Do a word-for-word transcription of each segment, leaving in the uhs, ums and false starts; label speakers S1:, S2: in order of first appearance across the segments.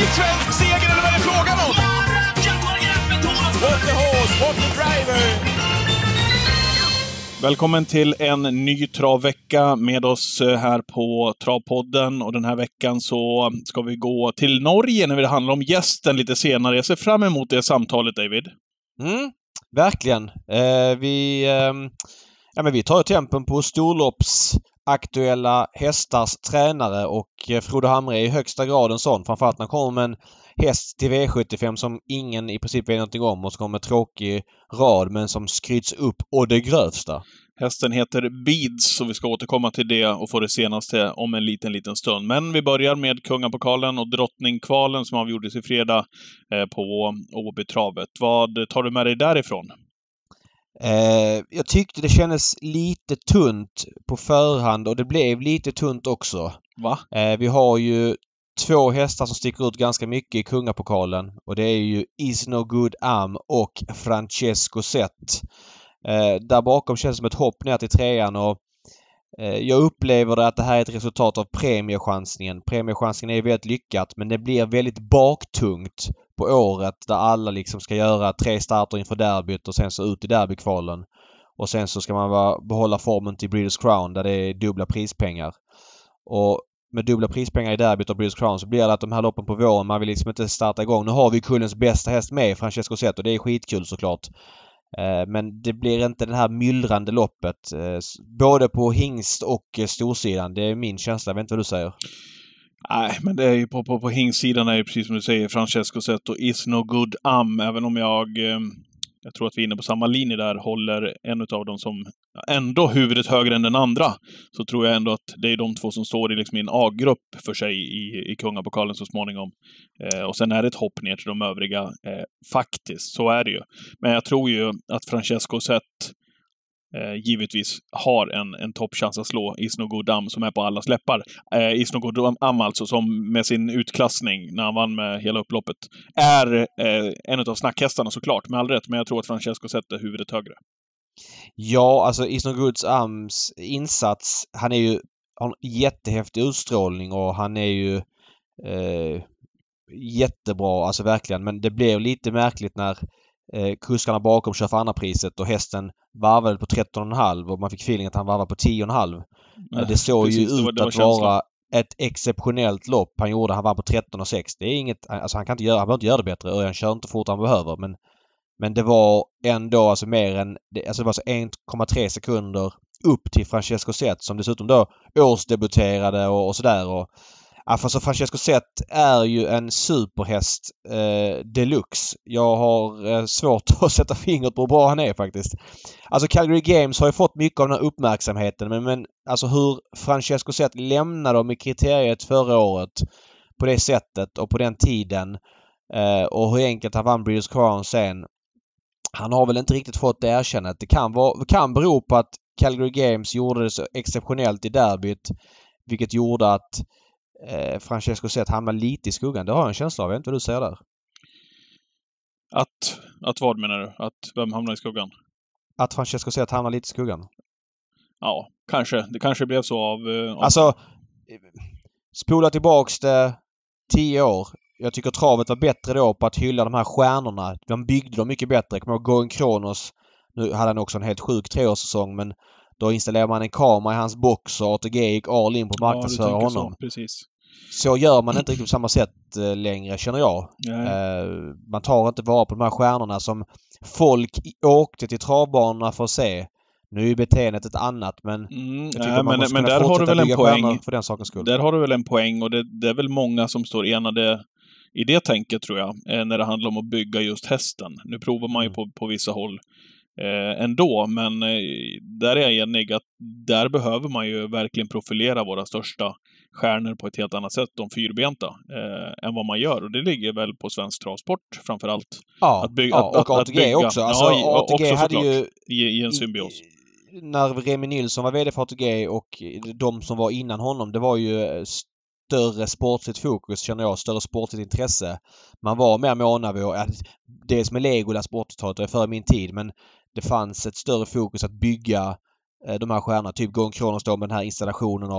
S1: svensk seger eller vad är det frågan om? What the horse, what the driver! Välkommen till en ny travvecka med oss här på Travpodden. Och den här veckan så ska vi gå till Norge när det handlar om gästen lite senare. Jag ser fram emot det samtalet, David.
S2: Mm, verkligen. Eh, vi, eh, ja, men vi tar tempen på storlopps aktuella hästars tränare och eh, Frode Hamre är i högsta grad en sån. Framförallt när han kommer med en häst till V sjuttiofem som ingen i princip vet någonting om och som kommer med tråkig rad men som skryts upp och det grövsta.
S1: Hästen heter Beads och vi ska återkomma till det och få det senaste om en liten, liten stund. Men vi börjar med kungapokalen och drottningkvalen som avgjordes i fredag eh, på Åbytravet. Vad tar du med dig därifrån?
S2: Eh, jag tyckte det kändes lite tunt på förhand och det blev lite tunt också.
S1: Va?
S2: Eh, vi har ju två hästar som sticker ut ganska mycket i kungapokalen och det är ju Is No Good Am och Francesco Zet. Eh, där bakom känns det som ett hopp ner till trean och eh, jag upplever det att det här är ett resultat av premiechansningen. Premiechansningen är väldigt lyckat men det blir väldigt baktungt på året där alla liksom ska göra tre starter inför derbyt och sen så ut i derbykvalen. Och sen så ska man vara, behålla formen till Breeders' Crown där det är dubbla prispengar. Och med dubbla prispengar i derbyt och Breeders' Crown så blir det att de här loppen på våren, man vill liksom inte starta igång. Nu har vi kullens bästa häst med, Francesco Zet, och det är skitkul såklart. Men det blir inte det här myllrande loppet. Både på hingst och storsidan. Det är min känsla. Jag vet inte vad du säger.
S1: Nej, men det är ju på, på, på hingsidan är ju precis som du säger Francesco Zet och Is No Good Am. Även om jag, jag tror att vi är inne på samma linje där, håller en av dem som ändå huvudet högre än den andra. Så tror jag ändå att det är de två som står i liksom en A-grupp för sig i, i kungapokalen så småningom. Eh, och sen är det ett hopp ner till de övriga. Eh, faktiskt, så är det ju. Men jag tror ju att Francesco Zet eh, givetvis har en, en toppchans att slå Is No Good Am som är på alla släppar. Eh, Is No Good Am alltså som med sin utklassning när han vann med hela upploppet är eh, en av snackhästarna såklart med all rätt. Men jag tror att Francesco Zet är huvudet högre.
S2: Ja, alltså Is No Good Ams insats, han är ju har en jättehäftig utstrålning och han är ju eh, jättebra, alltså verkligen. Men det blev lite märkligt när eh, kuskarna bakom kör för andra priset och hästen varvade på tretton komma fem och man fick feeling att han varvade på tio komma fem. Nej, det såg precis, ju ut var, att känslan. Vara ett exceptionellt lopp han gjorde. Han var på tretton komma sex. Det är inget, alltså han kan inte göra, han behöver inte göra det bättre. Örjan kör inte fort han behöver, men Men det var ändå alltså mer än, alltså det var så en komma tre sekunder upp till Francesco Zet som dessutom då årsdebuterade och, och sådär. Och, alltså Francesco Zet är ju en superhäst eh, deluxe. Jag har eh, svårt att sätta fingret på hur bra han är faktiskt. Alltså Calgary Games har ju fått mycket av den här uppmärksamheten men, men alltså hur Francesco Zet lämnade dem i kriteriet förra året på det sättet och på den tiden eh, och hur enkelt han vann Breeders' Crown sen. Han har väl inte riktigt fått det erkännat. Det kan, vara, kan bero på att Calgary Games gjorde det så exceptionellt i derbyt. Vilket gjorde att eh, Francesco Zet hamnade lite i skuggan. Det har jag en känsla av. Jag vet inte vad du säger där.
S1: Att, att vad menar du? Att vem hamnar i skuggan?
S2: Att Francesco Zet hamnade lite i skuggan.
S1: Ja, kanske. Det kanske blev så av... av...
S2: Alltså, spola tillbaks det tio år. Jag tycker travet var bättre då på att hylla de här stjärnorna. De byggde dem mycket bättre. Jag kommer ihåg Going Kronos. Nu hade han också en helt sjuk treårssäsong men då installerade man en kamera i hans box och A T G gick all in på marknadsföra ja, honom.
S1: Så, precis.
S2: Så gör man inte riktigt på samma sätt eh, längre känner jag. Eh, man tar inte vara på de här stjärnorna som folk åkte till travbanorna för att se. Nu är beteendet ett annat men
S1: mm, jag tycker nej, man men, men där har du väl en poäng
S2: för den sakens skull.
S1: Där har du väl en poäng och det, det är väl många som står enade i det tänket tror jag, när det handlar om att bygga just hästen. Nu provar man ju på, på vissa håll eh, ändå, men eh, där är jag enig att där behöver man ju verkligen profilera våra största stjärnor på ett helt annat sätt, de fyrbenta, eh, än vad man gör. Och det ligger väl på svensk travsport framförallt.
S2: Ja,
S1: att bygga,
S2: ja
S1: att,
S2: och A T G bygga, också. Alltså,
S1: ja,
S2: A T G
S1: också
S2: hade ju
S1: i, i en symbios.
S2: När Remi Nilsson var vd för A T G och de som var innan honom, det var ju större sportsligt fokus känner jag, större sportsligt intresse. Man var mer måna vid att dels med Legolas på åttiotalet före min tid, men det fanns ett större fokus att bygga de här stjärnorna, typ Gon Kronos då med den här installationen av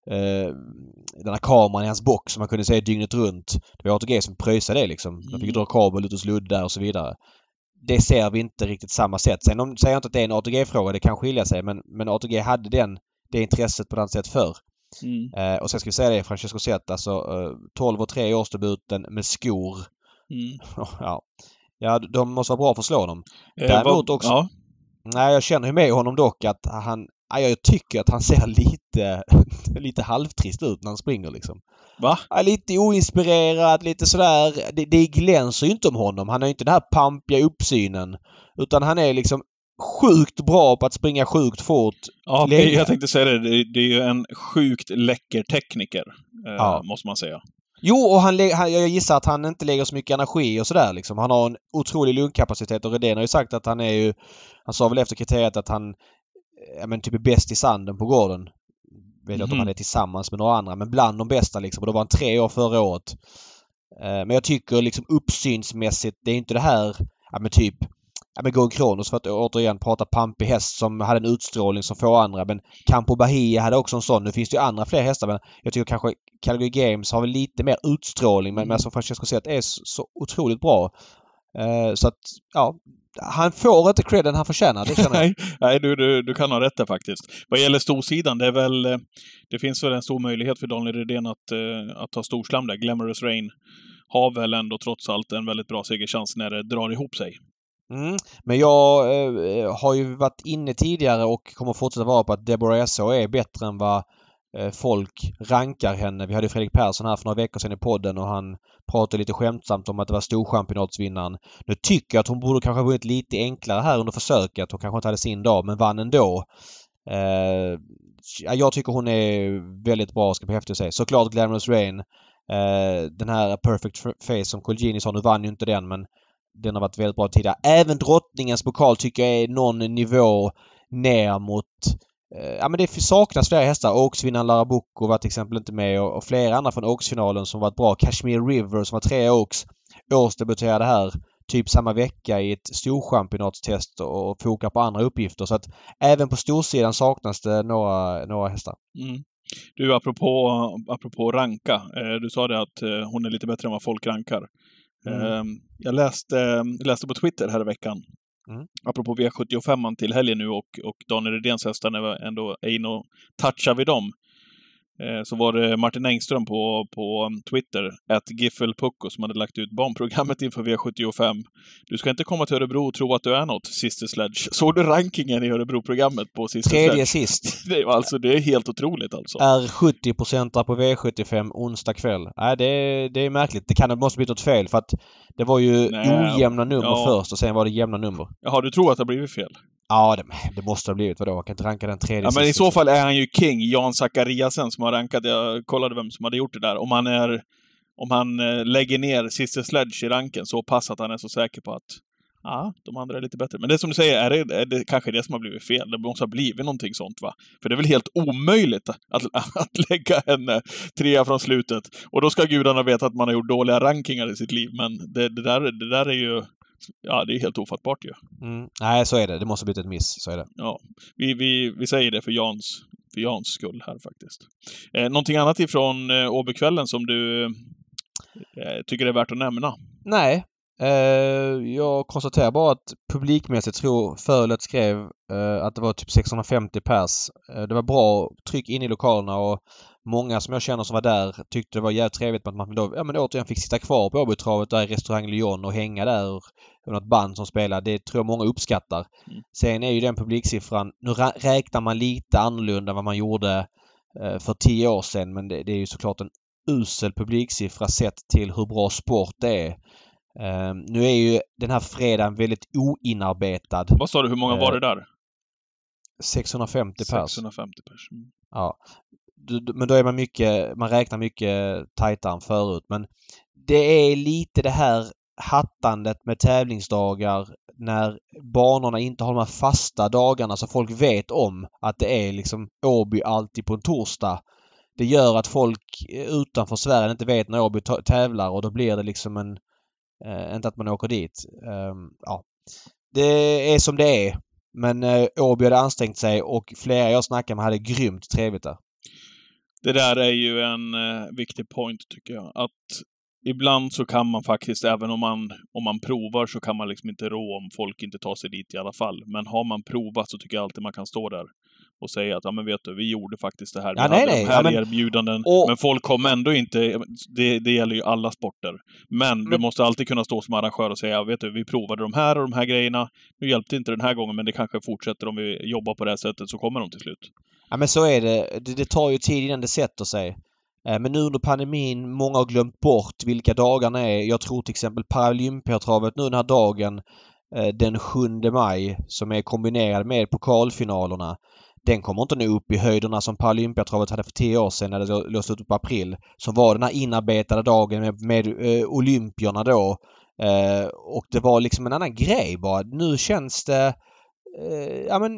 S2: eh, den här kameran i hans box som man kunde se dygnet runt. Det var A T G som pröjsade det liksom. De fick dra kabel ut och sludda och så vidare. Det ser vi inte riktigt samma sätt. Sen om, säger jag inte att det är en A T G-fråga, det kan skilja sig, men, men A T G hade den, det intresset på något sätt förr. Mm. Eh, och sen ska vi säga det, Francesco Zet, alltså eh, tolv och tre i årsdebuten med skor. Mm. ja. ja, de måste vara bra för att slå honom. Eh, Däremot också... Ja. Nej, jag känner ju med honom dock att han... Jag tycker att han ser lite, lite halvtrist ut när han springer liksom.
S1: Va?
S2: Ja, lite oinspirerad, lite sådär. Det, det glänser ju inte om honom. Han är ju inte den här pampiga uppsynen. Utan han är liksom sjukt bra på att springa sjukt fort.
S1: Ja, länge. Jag tänkte säga det. Det är ju en sjukt läcker tekniker, ja. måste man säga.
S2: Jo, och han, han, jag gissar att han inte lägger så mycket energi och sådär liksom. Han har en otrolig lungkapacitet och Redén har ju sagt att han är ju... Han sa väl efter kriteriet att han ja, men typ är bäst i sanden på gården. Vet mm. inte om han är tillsammans med några andra, men bland de bästa liksom. Och då var han tre år förra året. Eh, men jag tycker liksom uppsynsmässigt, det är inte det här, ja men typ, ja men Go Kronos för att återigen prata pampig häst som hade en utstrålning som få andra. Men Campo Bahia hade också en sån. Nu finns det ju andra fler hästar, men jag tycker kanske Calgary Games har väl lite mer utstrålning. Men, men som Francesco säger att är så, så otroligt bra. Eh, så att, ja... Han får inte credden han förtjänar, det känner jag.
S1: nej, nej du, du, du kan ha rätt där faktiskt. Vad gäller storsidan, det är väl... Det finns väl en stor möjlighet för Daniel Redén att, att ta storslam där. Glamorous Rain har väl ändå trots allt en väldigt bra segerchans när det drar ihop sig.
S2: Mm. Men jag eh, har ju varit inne tidigare och kommer fortsätta vara på att Deborah S H är bättre än vad eh, folk rankar henne. Vi hade Fredrik Persson här för några veckor sedan i podden och han pratade lite skämtsamt om att det var storchampionatsvinnaren. Nu tycker jag att hon borde kanske ha vunnit lite enklare här under försöket. Hon kanske inte hade sin dag, men vann ändå. Eh, jag tycker hon är väldigt bra, ska bli häftigt att säga. Såklart Glamorous Rain. Eh, den här Perfect Face som Colgjini sa, nu vann ju inte den, men den har varit väldigt bra tidigare. Även drottningens pokal tycker jag är någon nivå ner mot... Eh, ja men det saknas flera hästar. Oaks-vinnaren Lara Bucco var till exempel inte med och, och flera andra från Oaks-finalen som varit bra. Kashmir River som var tre Oaks. Årsdebuterade här typ samma vecka i ett storchampionatstest och, och fokar på andra uppgifter. Så att även på storsidan saknas det några, några hästar.
S1: Mm. Du, apropå, apropå ranka. Eh, du sa det att eh, hon är lite bättre än vad folk rankar. Mm. Jag läste, läste på Twitter här i veckan. Mm. Apropå V sjuttiofem till helgen nu och, och Daniel Redéns hästar när vi ändå är inne och touchar vid dem. Så var det Martin Engström på, på Twitter, att Giffel Pucko, som hade lagt ut barnprogrammet inför V sjuttiofem. Du ska inte komma till Örebro och tro att du är något, Sister Sledge. Såg du rankingen i Örebro-programmet på Sister Sledge?
S2: Tredje sist.
S1: Det är, alltså, det är helt otroligt alltså.
S2: Är sjuttio procent på V sjuttiofem onsdag kväll. Nej, det är, det är märkligt. Det kan det måste bli något fel för att det var ju Nej, ojämna nummer ja. först och sen var det jämna nummer.
S1: Jaha, du tror att det har blivit fel?
S2: Ja, det, det måste ha blivit. Vadå? Jag kan inte ranka den tredje.
S1: Ja, men i så fall är han ju king. Jan Zachariasen som har rankat. Jag kollade vem som hade gjort det där. Om han är om han eh, lägger ner Sister Sledge i ranken så pass att han är så säker på att ja, de andra är lite bättre. Men det som du säger, är det, är det kanske det som har blivit fel. Det måste ha blivit någonting sånt, va? För det är väl helt omöjligt att, att, att lägga en trea från slutet. Och då ska gudarna veta att man har gjort dåliga rankingar i sitt liv. Men det, det, där, det där är ju... Ja, det är helt ofattbart ju.
S2: Mm. Nej, så är det. Det måste ha blivit ett miss. Så är det.
S1: Ja, vi, vi, vi säger det för Jans, för Jans skull här faktiskt. Eh, någonting annat ifrån eh, Åbykvällen som du eh, tycker är värt att nämna?
S2: Nej. Eh, jag konstaterar bara att publikmässigt tror Förlet skrev eh, att det var typ sexhundrafemtio pers. Eh, det var bra tryck in i lokalerna och många som jag känner som var där tyckte det var jävligt trevligt att man då, ja, men återigen fick sitta kvar på Åbytravet där i restaurang Lyon och hänga där och något band som spelar. Det tror jag många uppskattar. Mm. Sen är ju den publiksiffran, nu räknar man lite annorlunda än vad man gjorde eh, för tio år sedan, men det, det är ju såklart en usel publiksiffra sett till hur bra sport det är. Uh, nu är ju den här fredagen väldigt oinarbetad.
S1: Vad sa du, hur många uh, var det där?
S2: sexhundrafemtio pers.
S1: sexhundrafemtio pers. Mm.
S2: Ja. Du, du, men då är man mycket, man räknar mycket tajtare än förut. Men det är lite det här hattandet med tävlingsdagar när banorna inte har de här fasta dagarna så folk vet om att det är liksom Åby alltid på en torsdag. Det gör att folk utanför Sverige inte vet när Åby tävlar och då blir det liksom en Uh, inte att man åker dit. Um, ja. Det är som det är. Men uh, Åby hade ansträngt sig och flera jag snackade med hade grymt trevligt där.
S1: Det där är ju en eh, viktig point tycker jag. Att ibland så kan man faktiskt, även om man, om man provar så kan man liksom inte rå om folk inte tar sig dit i alla fall. Men har man provat så tycker jag alltid man kan stå där och säga att ja men vet du, vi gjorde faktiskt det här. Vi
S2: Ja,
S1: hade
S2: nej,
S1: de
S2: nej.
S1: här
S2: Ja, men-
S1: erbjudanden.
S2: och-
S1: Men folk kom ändå inte, det, det gäller ju alla sporter. Men, du
S2: Men-
S1: måste alltid kunna stå som arrangör och säga, ja, vet du, vi provade de här och de här grejerna. Nu hjälpte inte den här gången, men det kanske fortsätter om vi jobbar på det här sättet så kommer de till slut.
S2: Ja, men så är det. det. Det tar ju tid innan det sätter sig. Eh, Men nu under pandemin, många har glömt bort vilka dagarna är. Jag tror till exempel Paralympiatravet nu den här dagen, eh, den sjunde maj, som är kombinerad med pokalfinalerna. Den kommer inte nå upp i höjderna som Paralympiatravet hade för tio år sedan när det lå- låg slut på april. Som var den här inarbetade dagen med, med eh, olympierna då. Eh, och det var liksom en annan grej bara. Nu känns det... Eh, ja men...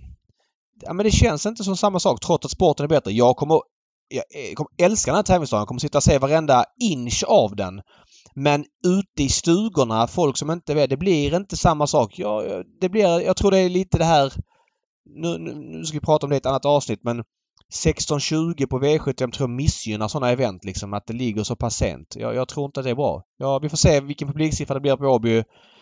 S2: Ja men det känns inte som samma sak trots att sporten är bättre. Jag kommer, jag, jag kommer älska den här tävlingsdagen. Jag kommer sitta och se varenda inch av den. Men ute i stugorna, folk som inte vet, det blir inte samma sak. Jag, jag- det blir, jag tror det är lite det här... Nu, nu, nu ska vi prata om det i ett annat avsnitt men sexton tjugo på V sjuttiofem tror jag missgynnar sådana event liksom. Att det ligger så pass sent. Jag, jag tror inte att det är bra. Ja, vi får se vilken publiksiffra det blir på Åby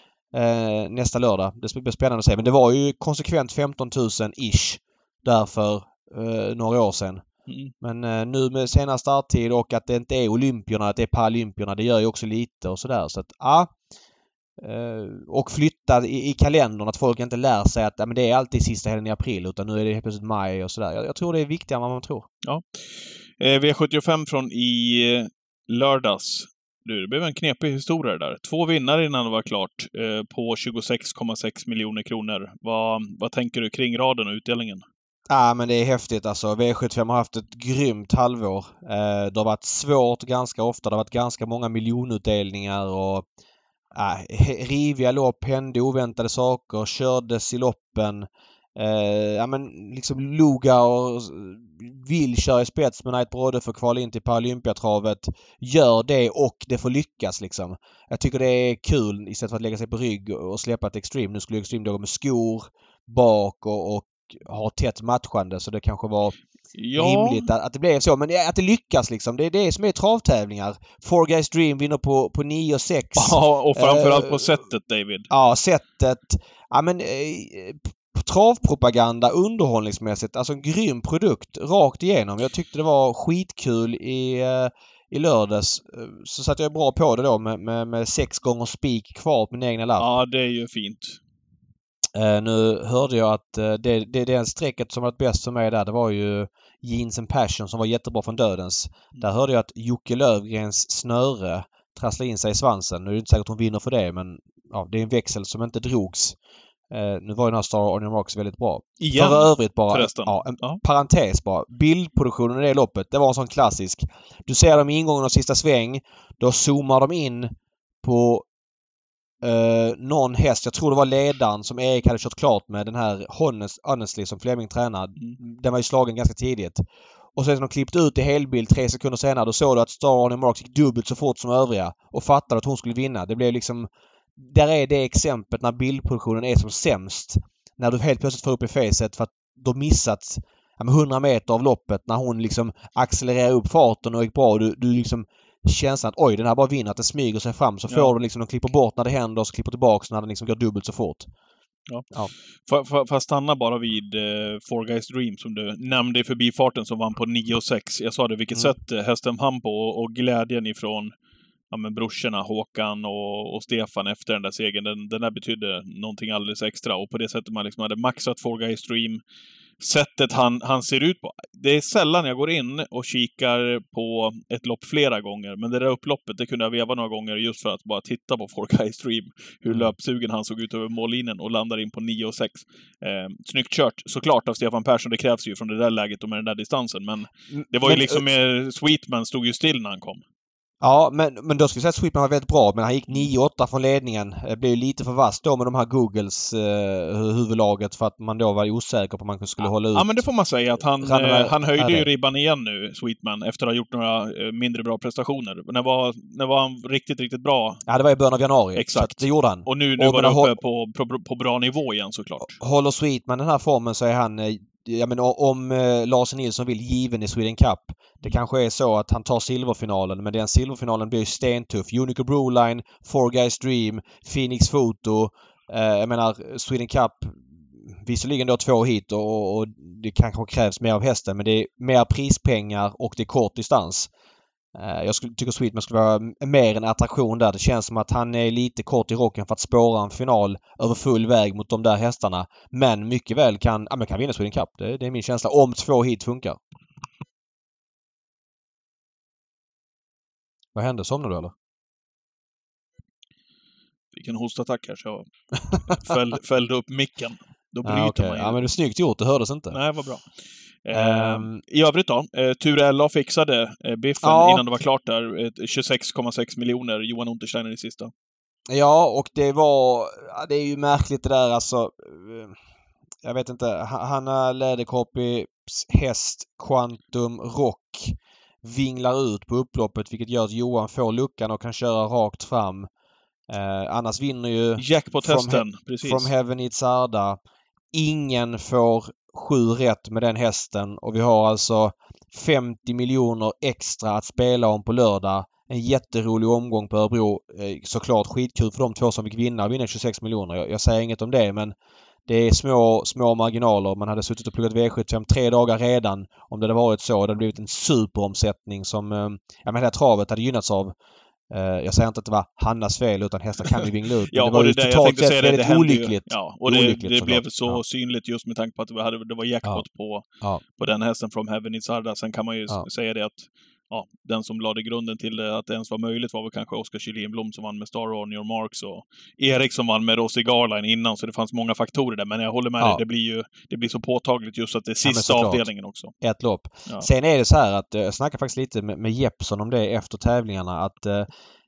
S2: eh, nästa lördag. Det blir spännande att se. Men det var ju konsekvent femton tusen ish därför eh, några år sedan.
S1: Mm.
S2: Men eh, nu med sena starttid och att det inte är olympierna, att det är paralympierna, det gör ju också lite och sådär. Så att ja. Eh, och flytta i, i kalendern att folk inte lär sig att ja, men det är alltid sista helgen i april utan nu är det helt plötsligt maj och sådär. Jag, jag tror det är viktigare än vad man tror.
S1: Eh, V sjuttiofem från i eh, lördags. Du, det blev en knepig historia där. Två vinnare innan det var klart eh, på tjugosex komma sex miljoner kronor. Vad, vad tänker du kring raden och utdelningen?
S2: Ja men det är häftigt alltså. V sjuttiofem har haft ett grymt halvår. Eh, det har varit svårt ganska ofta. Det har varit ganska många miljonutdelningar och äh, riviga lopp, hände oväntade saker, kördes i loppen. Eh, ja men liksom Luga och vill köra i spets med Night Brodde för att kvala in till Paralympiatravet. Gör det och det får lyckas liksom. Jag tycker det är kul istället för att lägga sig på rygg och släppa ett Extreme. Nu skulle Extreme då gå med skor bak och, och ha tätt matchande så det kanske var
S1: Ja,
S2: rimligt att, att det blev så. Men det- att det lyckas liksom. Det är det som är travtävlingar. Four Guys Dream vinner på, på nio och sex.
S1: ja och framförallt
S2: Eh,
S1: på sättet, David.
S2: Ja, sättet. Ja men eh, p- travpropaganda underhållningsmässigt. Alltså en grym produkt rakt igenom. Jag tyckte det var skitkul i, eh, i lördags. Eh, Så satt jag bra på det då med, med, med sex gånger spik kvar på min egna lapp.
S1: Ja, det är ju fint.
S2: Eh, nu hörde jag att eh, det, det, det strecket som varit bäst för mig där, det var ju Jeans and Passion som var jättebra från Dödens. Där hörde jag att Jocke Lövgrens snöre trasslade in sig i svansen. Nu är det inte säkert att hon vinner för det men ja, det är en växel som inte drogs. Eh, nu var ju den här Star on Your Marks väldigt bra.
S1: Igen,
S2: för övrigt bara,
S1: förresten.
S2: ja, en
S1: Ja.
S2: parentes bara. Bildproduktionen i det loppet, det var en sån klassisk. Du ser dem i ingången och sista sväng. Då zoomar de in på Uh, någon häst, jag tror det var ledaren som Erik hade kört klart med, den här Honest, Honestly som Fleming tränade.
S1: Mm.
S2: Den var ju slagen ganska tidigt. Och sen när de klippte ut i helbild tre sekunder senare, då såg du att Star on Your Marks gick dubbelt så fort som övriga och fattade att hon skulle vinna. Det blev liksom... Där är det exemplet när bildproduktionen är som sämst. När du helt plötsligt får upp i facet för att du missat ja, med hundra meter av loppet när hon liksom accelererar upp farten och gick bra. Du, du liksom känslan att oj, den här bara vinner, att den smyger sig fram. Så
S1: Ja.
S2: får du liksom, de klipper bort när det händer och så klipper tillbaks när den liksom går dubbelt så fort.
S1: Ja.
S2: Ja.
S1: Får får- får jag stanna bara vid eh, Four Guys Dream som du nämnde i förbifarten som vann på nio och sex. Jag sa det, vilket
S2: Mm.
S1: sätt eh, hästen hann på och, och glädjen ifrån ja, men brorsorna Håkan och, och Stefan efter den där segern, den, den där betydde någonting alldeles extra. Och på det sättet man liksom hade maxat Four Guys Dream, sättet han, han ser ut på. Det är sällan jag går in och kikar på ett lopp flera gånger, men det där upploppet, det kunde jag veva några gånger just för att bara titta på Four Guys Dream. Hur
S2: Mm.
S1: löpsugen han såg ut över mållinjen och landar in på nio och sex. Eh, snyggt kört, såklart av Stefan Persson. Det krävs ju från det där läget och med den där distansen, men det var ju
S2: Men,
S1: liksom, eh, Sweetman stod ju still när han kom.
S2: Ja, men, men då skulle jag säga att Sweetman var väldigt bra. Men han gick nio åtta från ledningen. Det blev ju lite för vass då med de här Googles eh, huvudlaget för att man då var osäker på om man skulle
S1: ja.
S2: hålla ut.
S1: Ja, men det får man säga att han,
S2: Rannar-
S1: eh, han höjde
S2: är
S1: ju
S2: det.
S1: ribban igen nu, Sweetman, efter att ha gjort några eh, mindre bra prestationer. När var, när var han riktigt, riktigt bra?
S2: Ja, det var i början av januari.
S1: Exakt.
S2: Så att det gjorde han.
S1: Och nu, nu
S2: Och
S1: var det
S2: men
S1: uppe
S2: hå-
S1: på, på, på bra nivå igen såklart.
S2: Håller Sweetman den här formen så är han eh, jag menar, om eh, Lars Nilsson vill given i Sweden Cup. Det kanske är så att han tar silverfinalen, men den silverfinalen blir ju stentuff. Unico Broline, Four Guys Dream, Phoenix Photo. Eh, jag menar, Sweden Cup visserligen då två hit och, och det kanske krävs mer av hästen, men det är mer prispengar och det är kort distans. Jag skulle, tycker Sweetman skulle vara mer en attraktion där. Det känns som att han är lite kort i rocken för att spåra en final över full väg mot de där hästarna. Men mycket väl kan, ja, men kan vinna Sweden Cup. Det, det är min känsla. Om två hit funkar. Vad hände? Somnade du eller?
S1: Vilken hostattack här så jag fällde, fällde upp micken. Då bryter
S2: ah, okay.
S1: man ju.
S2: Ja, men det är snyggt gjort. Det hördes inte.
S1: Nej, vad bra.
S2: Um,
S1: eh, I övrigt då, eh, Ture Ella fixade eh, biffen ja. innan det var klart där. Eh, tjugosex komma sex miljoner, Johan Untersteiner i sista.
S2: Ja, och det var... Det är ju märkligt det där alltså. Jag vet inte. Hanna Läderkorpis häst Quantum Rock vinglar ut på upploppet, vilket gör att Johan får luckan och kan köra rakt fram. Eh, annars vinner ju...
S1: Jackpot-hästen,
S2: From,
S1: precis.
S2: From Heaven It's Arda. Ingen får sju rätt med den hästen och vi har alltså femtio miljoner extra att spela om på lördag. En jätterolig omgång på Örebro. Såklart skitkul för de två som fick vinna och vinna tjugosex miljoner. Jag, jag säger inget om det, men det är små, små marginaler. Man hade suttit och pluggat V sjuttiofem tre dagar redan om det hade varit så. Det hade blivit en superomsättning som ja, men hela travet hade gynnats av. Jag säger inte att det var Hannas fel utan hästar kan ju vingla ut.
S1: Ja,
S2: det var ju
S1: det,
S2: totalt sett väldigt
S1: det
S2: olyckligt.
S1: Ja, och det,
S2: olyckligt,
S1: det blev så
S2: ja.
S1: synligt just med tanke på att det var, det var jackpot ja. På,
S2: ja.
S1: på den hästen From Heaven It's Arda. Sen kan man ju ja. säga det att ja, den som lade grunden till det, att det ens var möjligt var väl kanske Oskar Kyllinblom som vann med Star On Your Marks och Erik som vann med Rossi Garline innan, så det fanns många faktorer där. Men jag håller med ja. dig, det blir ju det blir så påtagligt just att det är sista ja, avdelningen också.
S2: Ett lopp. Ja. Sen är det så här att jag snackar faktiskt lite med, med Jeppson om det efter tävlingarna att eh,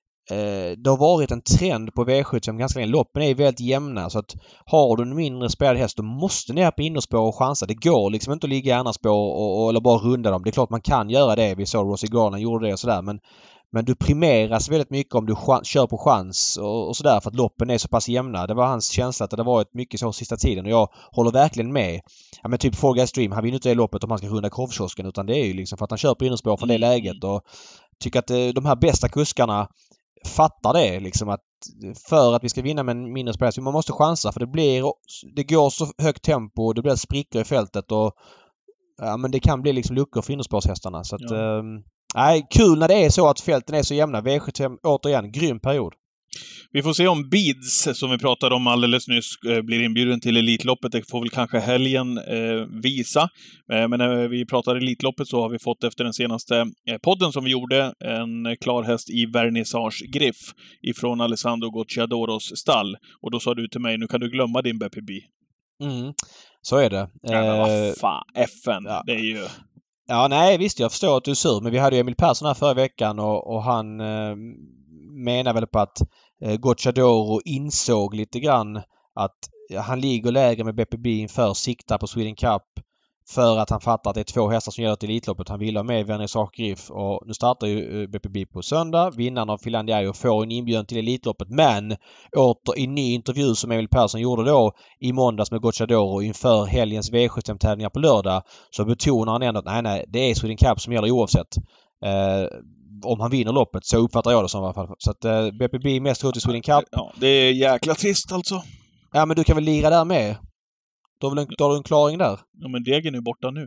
S2: det har varit en trend på V sjuttiofem ganska länge. Loppen är väldigt jämna, så att har du en mindre spelad häst då måste ni här på innerspår och chansa. Det går liksom inte att ligga i andra spår och, och, eller bara runda dem. Det är klart man kan göra det. Vi såg Rossi Garland gjorde det och sådär. Men, men du primeras väldigt mycket om du chans, kör på chans och, och sådär för att loppen är så pass jämna. Det var hans känsla att det har varit mycket så sista tiden och jag håller verkligen med. Ja, men typ Four Guys Dream, han vinner inte det loppet om han ska runda korvkiosken, utan det är ju liksom för att han kör på innerspår från det läget och tycker att de här bästa kuskarna fattar det liksom, att för att vi ska vinna med en mindre spelare så man måste chansa, för det blir det går så högt tempo och det blir sprickor i fältet och ja, men det kan bli liksom luckor för innerspårshästarna. Så att ja. eh, nej, kul när det är så att fälten är så jämna. V sjuttiofem återigen, grym period.
S1: Vi får se om Beads, som vi pratade om alldeles nyss, blir inbjuden till Elitloppet. Det får väl kanske helgen eh, visa. Eh, men när vi pratar Elitloppet så har vi fått efter den senaste eh, podden som vi gjorde en klar häst i Vernissage Griff ifrån Alessandro Gocciadoros stall. Och då sa du till mig, nu kan du glömma din B P B.
S2: Mm, så är det.
S1: Ja, men vad fan, F N, ja. Det är ju...
S2: Ja, nej, visst, jag förstår att du är sur, men vi hade ju Emil Persson här förra veckan och, och han eh, menar väl på att eh, Gocciadoro insåg lite grann att ja, han ligger lägre med B P B inför, siktar på Sweden Cup för att han fattar att det är två hästar som gäller till Elitloppet. Han vill ha med Vernissage Griff och nu startar ju B P B på söndag. Vinnaren av Finlandia får en inbjudan till Elitloppet, men åter i ny intervju som Emil Persson gjorde då i måndags med Gocciadoro inför helgens V sjuttiofem-tävlingar på lördag, så betonar han ändå att nej, nej, det är Sweden Cup som gäller oavsett. Eh, om han vinner loppet, så uppfattar jag det som i alla fall. Så att eh, B P B mest hot i Sweden Cup.
S1: Ja, det är jäkla trist alltså.
S2: Ja, men du kan väl lira där med? Då har, en, då har du en klaring där.
S1: Ja, men degen är borta nu.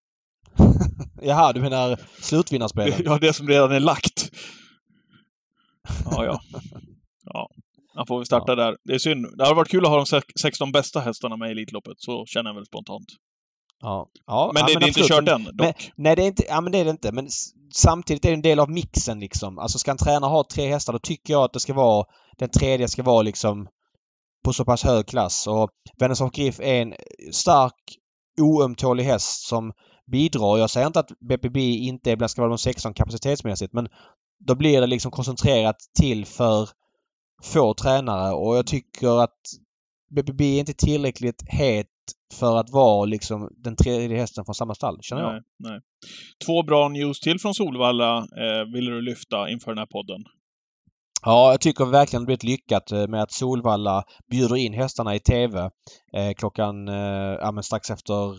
S2: Jaha, du menar slutvinnarspelen?
S1: Ja, det som redan är lagt. Ja, ja. Ja, man får väl starta ja. där. Det är synd. Det hade varit kul att ha de sexton bästa hästarna med i Elitloppet. Så känner jag väl spontant.
S2: Ja. Ja,
S1: men det,
S2: ja,
S1: det är inte kört än, dock.
S2: Men, nej, det är inte, ja, men det är det inte. Men samtidigt är det en del av mixen liksom. Alltså ska en tränare ha tre hästar, då tycker jag att det ska vara, den tredje ska vara liksom på så pass hög klass. Och Vernissage Griff är en stark, oömtålig häst som bidrar. Jag säger inte att B P B inte ska vara de sexton kapacitetsmässigt, men då blir det liksom koncentrerat till för få tränare och jag tycker att B P B är inte tillräckligt het för att vara liksom den tredje hästen från samma stall, känner jag.
S1: Nej, nej. Två bra news till från Solvalla eh, vill du lyfta inför den här podden?
S2: Ja, jag tycker verkligen det blivit lyckat med att Solvalla bjuder in hästarna i T V eh, klockan eh, ja, men strax efter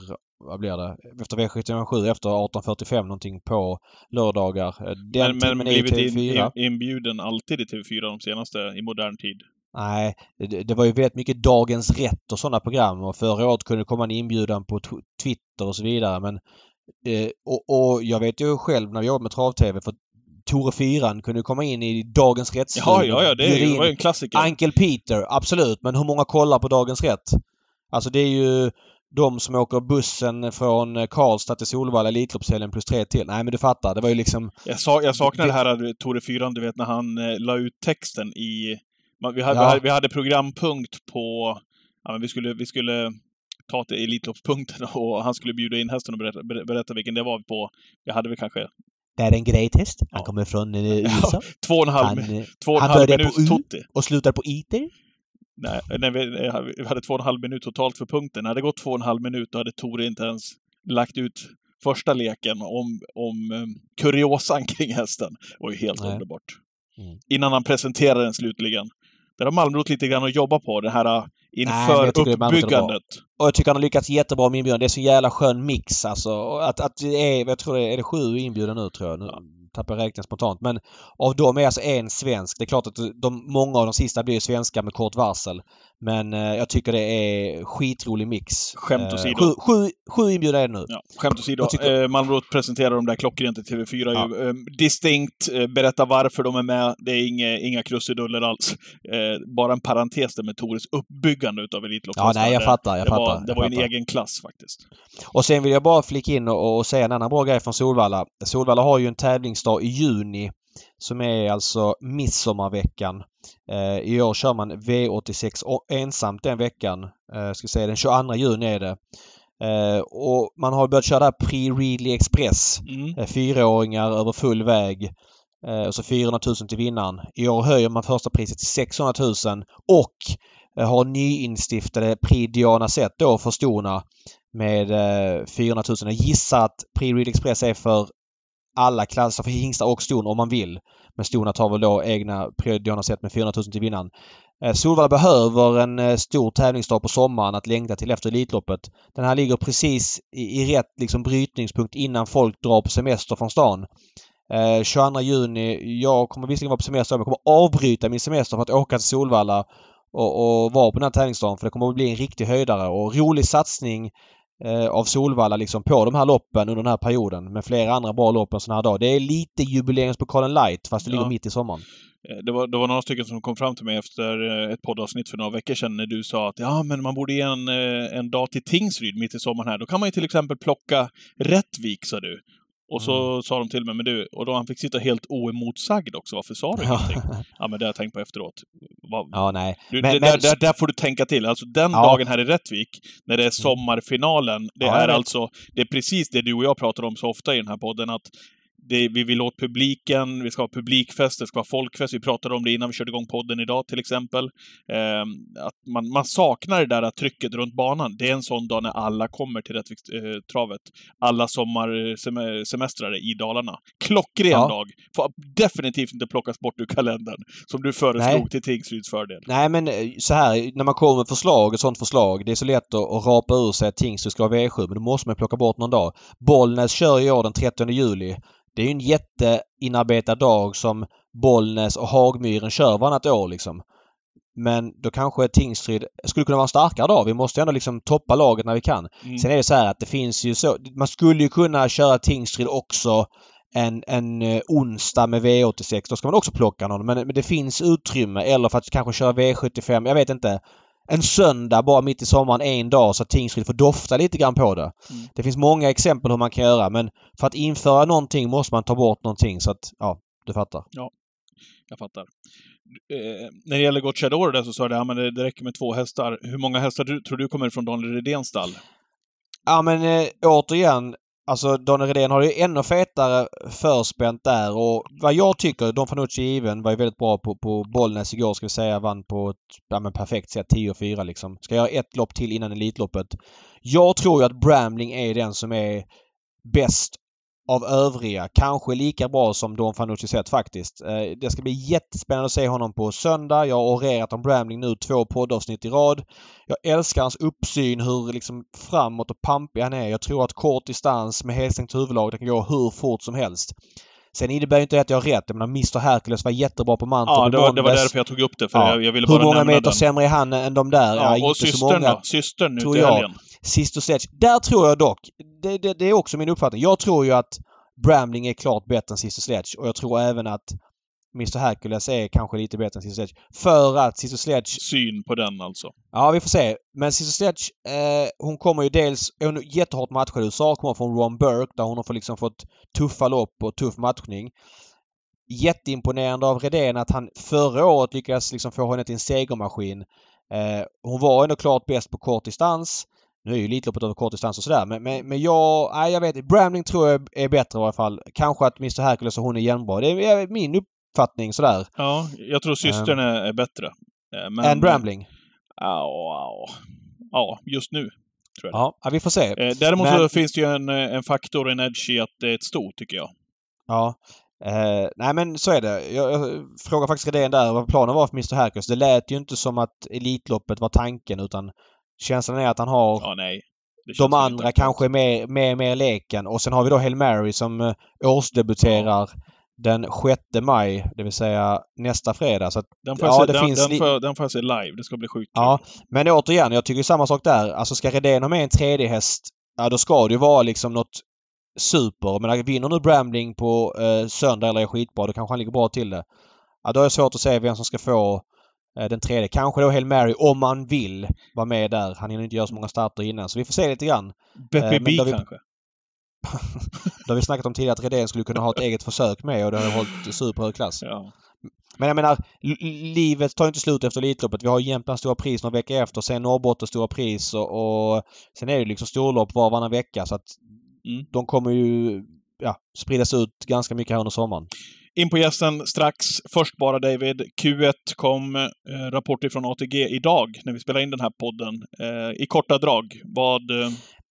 S2: vad blir det? Efter V sjuttiosju, efter arton fyrtiofem någonting på lördagar. Den
S1: men men
S2: timmen är i
S1: blivit
S2: T V fyra.
S1: in, inbjuden alltid i T V fyra de senaste i modern tid.
S2: Nej, det, det var ju väldigt mycket Dagens Rätt och sådana program. Och förra året kunde det komma en inbjudan på t- Twitter och så vidare. Men, eh, och, och jag vet ju själv när jag jobbade med Trav-T V, för Tore Fyran kunde komma in i Dagens Rätt.
S1: Ja, ja, ja, det, är, det var ju en klassiker.
S2: Uncle Peter, absolut. Men hur många kollar på Dagens Rätt? Alltså det är ju de som åker bussen från Karlstad till Solvalla Elitloppshelgen plus tre till. Nej, men du fattar. Det var ju liksom...
S1: Jag, sa, jag saknar det här Tore Fyran, du vet, när han eh, la ut texten i... Vi hade,
S2: Ja.
S1: vi hade programpunkt på... Ja, men vi skulle... Vi skulle ta till Elitloppspunkten och han skulle bjuda in hästen och berätta, berätta vilken det var på. Jag hade väl kanske...
S2: Det är en great häst. Han
S1: Ja.
S2: kommer från uh, U S A.
S1: Ja, två och en halv,
S2: Han,
S1: två och en
S2: han
S1: halv
S2: började
S1: minut
S2: på U
S1: Totti.
S2: och slutar på I T.
S1: Nej, nej vi, vi hade två och en halv minut totalt för punkten. När det hade gått två och en halv minut då hade Tore inte ens lagt ut första leken om, om um, kuriosan kring hästen. Det var ju helt
S2: Nej.
S1: underbart.
S2: Mm.
S1: Innan han presenterade den slutligen. Där har Malmrot lite grann att jobba på, det här uh,
S2: Nej,
S1: inför
S2: men jag tycker det är Malmrot är bra.
S1: uppbyggandet.
S2: Och jag tycker han har lyckats jättebra med inbjudan. Det är så jävla skön mix alltså. Att, att det är, jag tror det är, är det sju inbjudna nu tror jag. Nu
S1: Ja.
S2: tappar jag räkningen spontant. Men av dem är alltså en svensk. Det är klart att de, många av de sista blir svenska med kort varsel. Men eh, jag tycker det är skitrolig mix.
S1: Skämt åsido.
S2: Eh, sju, sju, sju inbjudna är det nu.
S1: Ja, skämt åsido.
S2: Jag tycker-
S1: Eh, Malmrot presenterar de där klockrent i T V fyra.
S2: Ja.
S1: Ju, eh, distinkt, eh, berätta varför de är med. Det är inga, inga krusiduller alls. Eh, bara en parentes där med Tores uppbyggande utav Elitloppet.
S2: Ja, nej, jag fattar. Jag
S1: det
S2: fattar.
S1: var, det
S2: jag
S1: var en
S2: fattar.
S1: egen klass faktiskt.
S2: Och sen vill jag bara flika in och, och säga en annan bra grej från Solvalla. Solvalla har ju en tävlingsdag i juni som är alltså midsommarveckan. Eh, I år kör man V åttiosex ensamt den veckan. Eh, ska säga den tjugoandra juni är det. Eh, och man har börjat köra Pre-Readly Express.
S1: Mm.
S2: Eh, fyraåringar över full väg. Eh, och så fyrahundratusen till vinnaren. I år höjer man första priset till sexhundratusen och eh, har nyinstiftade Prix Diana Zet då för storna med eh, fyrahundratusen. Jag gissar att Pre-Readly Express är för alla klasser, för hingstar och ston om man vill. Men stona tar väl då egna Prix Diana Zet med fyrahundratusen till vinnaren. Eh, Solvalla behöver en eh, stor tävlingsdag på sommaren att längta till efter Elitloppet. Den här ligger precis i, i rätt liksom, brytningspunkt innan folk drar på semester från stan. Eh, tjugoandra juni, jag kommer visserligen vara på semester, men jag kommer avbryta min semester för att åka till Solvalla och, och vara på den här tävlingsdagen, för det kommer att bli en riktig höjdare och rolig satsning eh, av Solvalla liksom på de här loppen under den här perioden med flera andra bra lopp en sån här dag. Det är lite jubileumspokalen light fast det
S1: Ja.
S2: ligger mitt i sommaren.
S1: Det var, det var några stycken som kom fram till mig efter ett poddavsnitt för några veckor sedan när du sa att ja, men man borde ge en, en dag till Tingsryd mitt i sommaren här. Då kan man ju till exempel plocka Rättvik, sa du. Och så mm. sa de till mig, men du, och då han fick sitta helt oemotsagd också. Varför sa du ingenting? Ja, men det har jag tänkt på efteråt. Vad,
S2: ja, nej.
S1: Du,
S2: men,
S1: det,
S2: men,
S1: där, där, där får du tänka till. Alltså den
S2: ja.
S1: dagen här i Rättvik, när det är sommarfinalen, det
S2: ja,
S1: är alltså, det är precis det du och jag pratar om så ofta i den här podden, att det, vi vill åt publiken, vi ska ha publikfest, det ska vara folkfest. Vi pratade om det innan vi körde igång podden idag till exempel. Eh, att man, man saknar det där trycket runt banan. Det är en sån dag när alla kommer till Rättvikstravet. Eh, alla sommarsemestrare i Dalarna. Klockren ja. dag. Får definitivt inte plockas bort ur kalendern. Som du föreslog Nej. till Tingsryds fördel.
S2: Nej, men så här, när man kommer med förslag, ett sånt förslag, det är så lätt att, att rapa ur sig att Tingsryd ska ha V sju, men då måste man plocka bort någon dag. Bollnäs kör i år den trettionde juli. Det är ju en jätteinarbetad dag som Bollnäs och Hagmyren kör varannat år liksom. Men då kanske Tingsryd skulle kunna vara en starkare dag. Vi måste ju ändå liksom toppa laget när vi kan. Mm. Sen är det så här att det finns ju så... Man skulle ju kunna köra Tingsryd också en, en onsdag med V åttiosex. Då ska man också plocka någon. Men, men det finns utrymme. Eller för att kanske köra V sjuttiofem. Jag vet inte. En söndag bara mitt i sommaren en dag så att Tingsryd får dofta lite grann på det. Mm. Det finns många exempel hur man kan göra, men för att införa någonting måste man ta bort någonting så att, ja, du fattar.
S1: Ja, jag fattar. Eh, när det gäller Gocciador där så sa det, ja, men det, det räcker med två hästar. Hur många hästar du, tror du kommer från Daniel Redéns stall?
S2: Ja, men eh, återigen, alltså Daniel Redén har ju ännu fetare förspänt där och vad jag tycker, Don Fanucci given var ju väldigt bra på, på Bollnäs igår, ska vi säga, vann på ett ja, men perfekt sätt, tio fyra liksom. Ska göra ett lopp till innan Elitloppet. Jag tror ju att Brambling är den som är bäst av övriga. Kanske lika bra som Don Fanucci sett faktiskt. Eh, det ska bli jättespännande att se honom på söndag. Jag har orerat om Bramling nu två poddavsnitt i rad. Jag älskar hans uppsyn, hur liksom framåt och pampig han är. Jag tror att kort distans med helstängt huvudlag, det kan gå hur fort som helst. Sen innebär ju inte att jag har rätt. Jag menar, mister Hercules var jättebra på Mantorp.
S1: Ja, det var, det var därför jag tog upp det. För
S2: ja.
S1: jag, jag ville
S2: hur
S1: bara
S2: många meter
S1: den.
S2: sämre är han än de där?
S1: Ja,
S2: ja,
S1: och
S2: inte
S1: systern
S2: så många,
S1: då? Systern nu
S2: tror
S1: till
S2: jag.
S1: helgen.
S2: Sister Sledge. Där tror jag dock, det, det, det är också min uppfattning. Jag tror ju att Bramling är klart bättre än Sister Sledge. Och jag tror även att mister Hercules är kanske lite bättre än Sister Sledge. För att Sister Sledge...
S1: Syn på den alltså.
S2: Ja, vi får se. Men Sister Sledge, eh, hon kommer ju dels... Hon är jättehårt matchad i U S A. Kommer från Ron Burke där hon har fått, liksom fått tuffa lopp och tuff matchning. Jätteimponerande av Redén att han förra året lyckades liksom få henne till en segermaskin. Eh, hon var ändå klart bäst på kort distans. Nu är ju Elitloppet över kort distans och sådär. Men, men, men jag... Nej, jag vet. Bramling tror jag är bättre i alla fall. Kanske att mister Hercules och hon är jämnbra. Det är min uppfattning sådär.
S1: Ja, jag tror systern um, är, är bättre.
S2: Men, än Bramling?
S1: Ja, ja, ja, just nu. Tror jag.
S2: Ja, vi får se.
S1: Eh, däremot men, så finns det ju en, en faktor, en edge i att det är ett stort, tycker jag.
S2: Ja. Eh, nej men så är det. Jag, jag frågar faktiskt Redén där vad planen var för mister Hercules. Det lät ju inte som att Elitloppet var tanken utan känslan är att han har
S1: ja, nej.
S2: de andra kanske med, med, med leken. Och sen har vi då Hail Mary som eh, årsdebuterar ja. den sjätte maj, det vill säga nästa fredag. Så att,
S1: den, får
S2: ja,
S1: se,
S2: det
S1: den,
S2: finns
S1: den, får, den får jag se live. Det ska bli sjukt.
S2: Ja, men återigen, jag tycker samma sak där. Alltså ska Redén ha med en tredje häst, ja då ska det ju vara liksom något super. Men vinner nu Bramling på eh, söndag eller är skitbra, då kanske han ligger bra till det. Ja, då är det svårt att säga vem som ska få eh, den tredje. Kanske då Hail Mary om man vill vara med där. Han hinner inte göra så många starter innan. Så vi får se lite grann.
S1: Beppe B
S2: vi...
S1: kanske?
S2: Då har vi snackat om tidigare att Redén skulle kunna ha ett eget försök med och det har hållit superhög klass.
S1: Ja.
S2: Men jag menar, livet tar inte slut efter Elitloppet. Vi har Jämtlands stora pris några veckor efter. Sen Norrbottens stora pris och, och sen är det liksom storlopp var varannan vecka. Så att mm. de kommer ju ja, spridas ut ganska mycket här under sommaren.
S1: In på gästen strax. Först bara David. Q ett kom eh, rapporter från A T G idag när vi spelar in den här podden. Eh, I korta drag. Vad... Eh...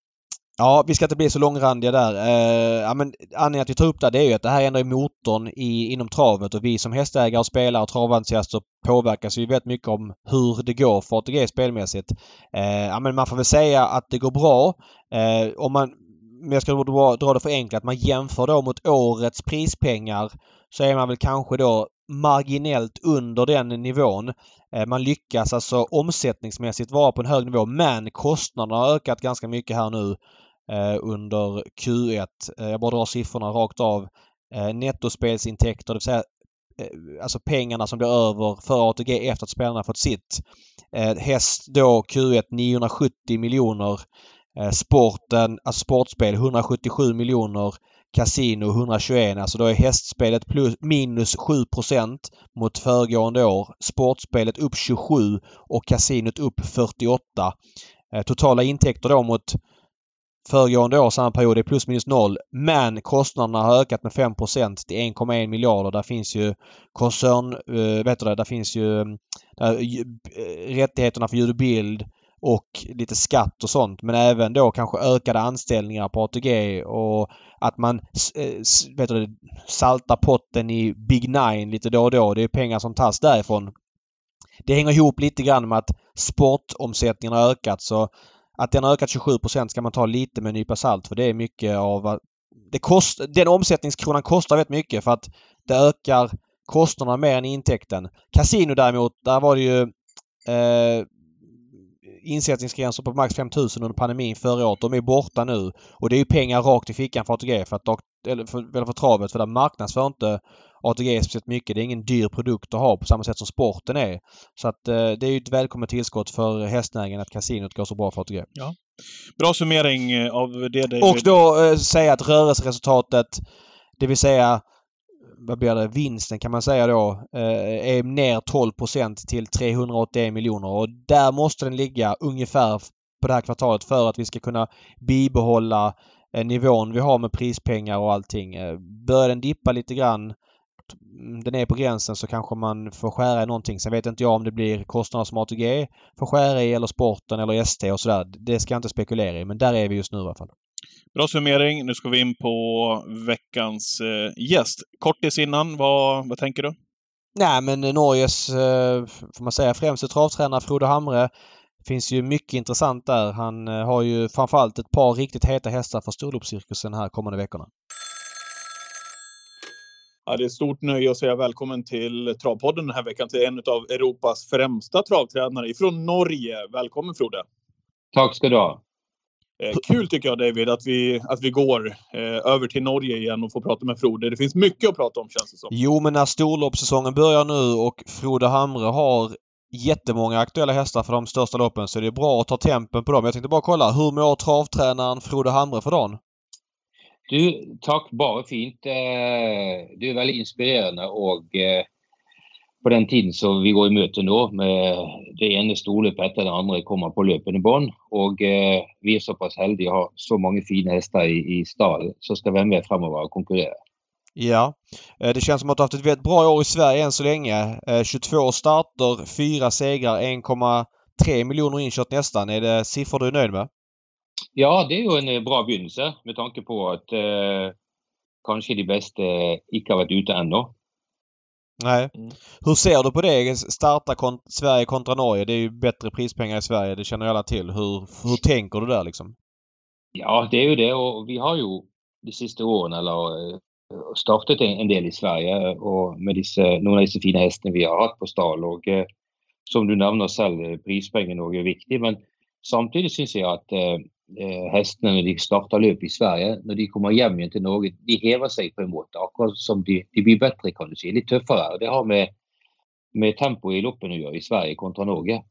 S2: Ja, vi ska inte bli så långrandiga där. Eh, ja, men anledningen att vi tar upp det, det är ju att det här ändå är motorn i, inom travet och vi som hästägare och spelare och traventusiaster påverkas ju väldigt mycket om hur det går för A T G spelmässigt. Eh, ja, men man får väl säga att det går bra. Eh, om man, men jag ska dra, dra det för enkelt, att man jämför då mot årets prispengar så är man väl kanske då marginellt under den nivån. Eh, man lyckas alltså omsättningsmässigt vara på en hög nivå men kostnaderna har ökat ganska mycket här nu eh, under Q ett. Eh, jag bara drar siffrorna rakt av. Eh, nettospelsintäkter, det vill säga eh, alltså pengarna som blir över för A T G efter att spelarna fått sitt. Eh, häst då Q ett niohundrasjuttio miljoner. Eh, sporten, alltså sportspel hundrasjuttiosju miljoner. Casino hundratjugoett, alltså då är hästspelet plus, minus sju procent mot föregående år. Sportspelet upp tjugosju och kasinot upp fyrtioåtta. Eh, totala intäkter då mot föregående år samma period är plus minus noll. Men kostnaderna har ökat med fem procent till en komma en miljarder. Där finns ju koncern, eh, vet du det, där finns ju där, eh, rättigheterna för ljud och bild och lite skatt och sånt. Men även då kanske ökade anställningar på A T G och att man vet du, saltar potten i Big Nine lite då och då. Det är pengar som tas därifrån. Det hänger ihop lite grann med att sportomsättningen har ökat. Så att den har ökat tjugosju procent ska man ta lite med en nypa salt. För det är mycket av... Det kost, den omsättningskronan kostar väldigt mycket för att det ökar kostnaderna mer än intäkten. Casino däremot, där var det ju... Eh, insättningsgränser på max fem tusen under pandemin förra året. De är borta nu. Och det är ju pengar rakt i fickan för A T G för, att, eller för, eller för travet. För där marknadsför inte A T G speciellt mycket. Det är ingen dyr produkt att ha på samma sätt som sporten är. Så att eh, det är ju ett välkommet tillskott för hästnäringen att kasinot går så bra för A T G.
S1: Ja. Bra summering av det. David.
S2: Och då eh, säga att rörelseresultatet, det vill säga vad blir det? Vinsten kan man säga då eh, är ner tolv procent till trehundraåttioen miljoner och där måste den ligga ungefär på det här kvartalet för att vi ska kunna bibehålla eh, nivån vi har med prispengar och allting. Eh, börjar den dippa lite grann, den är på gränsen, så kanske man får skära i någonting. Sen vet inte jag om det blir kostnader som A T G får skära i eller sporten eller S T och sådär. Det ska jag inte spekulera i, men där är vi just nu i alla fall.
S1: Bra summering. Nu ska vi in på veckans eh, gäst. Kortis innan, vad, vad tänker du?
S2: Nej, men Norges, eh, får man säga, främste travtränare Frode Hamre. Finns ju mycket intressant där. Han eh, har ju framförallt ett par riktigt heta hästar för storloppscirkusen här kommande veckorna.
S1: Ja, det är ett stort nöje att säga välkommen till Travpodden den här veckan till en av Europas främsta travtränare ifrån Norge. Välkommen Frode.
S3: Tack ska du ha.
S1: Eh, kul tycker jag David att vi, att vi går eh, över till Norge igen och får prata med Frode. Det finns mycket att prata om känns det som.
S2: Jo, men när storloppssäsongen börjar nu och Frode Hamre har jättemånga aktuella hästar för de största loppen så är det bra att ta tempen på dem. Jag tänkte bara kolla, hur mår travtränaren Frode Hamre för dagen?
S3: Du, tack, bara fint. Du är väldigt inspirerande och på den tiden så vi går i möte nu med det ena storloppet efter det andra kommer på löpande band och vi är så pass heldiga att ha så många fina hästar i, i stall så ska vara med framöver och konkurrera.
S2: Ja, det känns som att du har haft ett väldigt bra år i Sverige än så länge. tjugotvå starter, fyra segrar, en komma tre miljoner inkört nästan. Är det siffror du är nöjd med?
S3: Ja, det är ju en bra begynnelse med tanke på att eh, kanske de bästa inte har varit ute ännu.
S2: Nej. Mm. Hur ser du på det? Starta kont- Sverige kontra Norge. Det är ju bättre prispengar i Sverige. Det känner alla till. Hur, hur tänker du där liksom?
S3: Ja, det är ju det. Och vi har ju de sista åren eller, startat en, en del i Sverige och med dessa, några av dessa fina hästarna vi har haft på stall. Och eh, som du nämner själv, prispengar är viktigt. Men samtidigt syns jag att eh, hästarna när de startar löp i Sverige, när de kommer hem igen till Norge, de häver sig på en måte. Akkurat som de, de blir bättre kan du säga. Lite tuffare. Det har med, med tempo i loppen att göra i Sverige kontra Norge.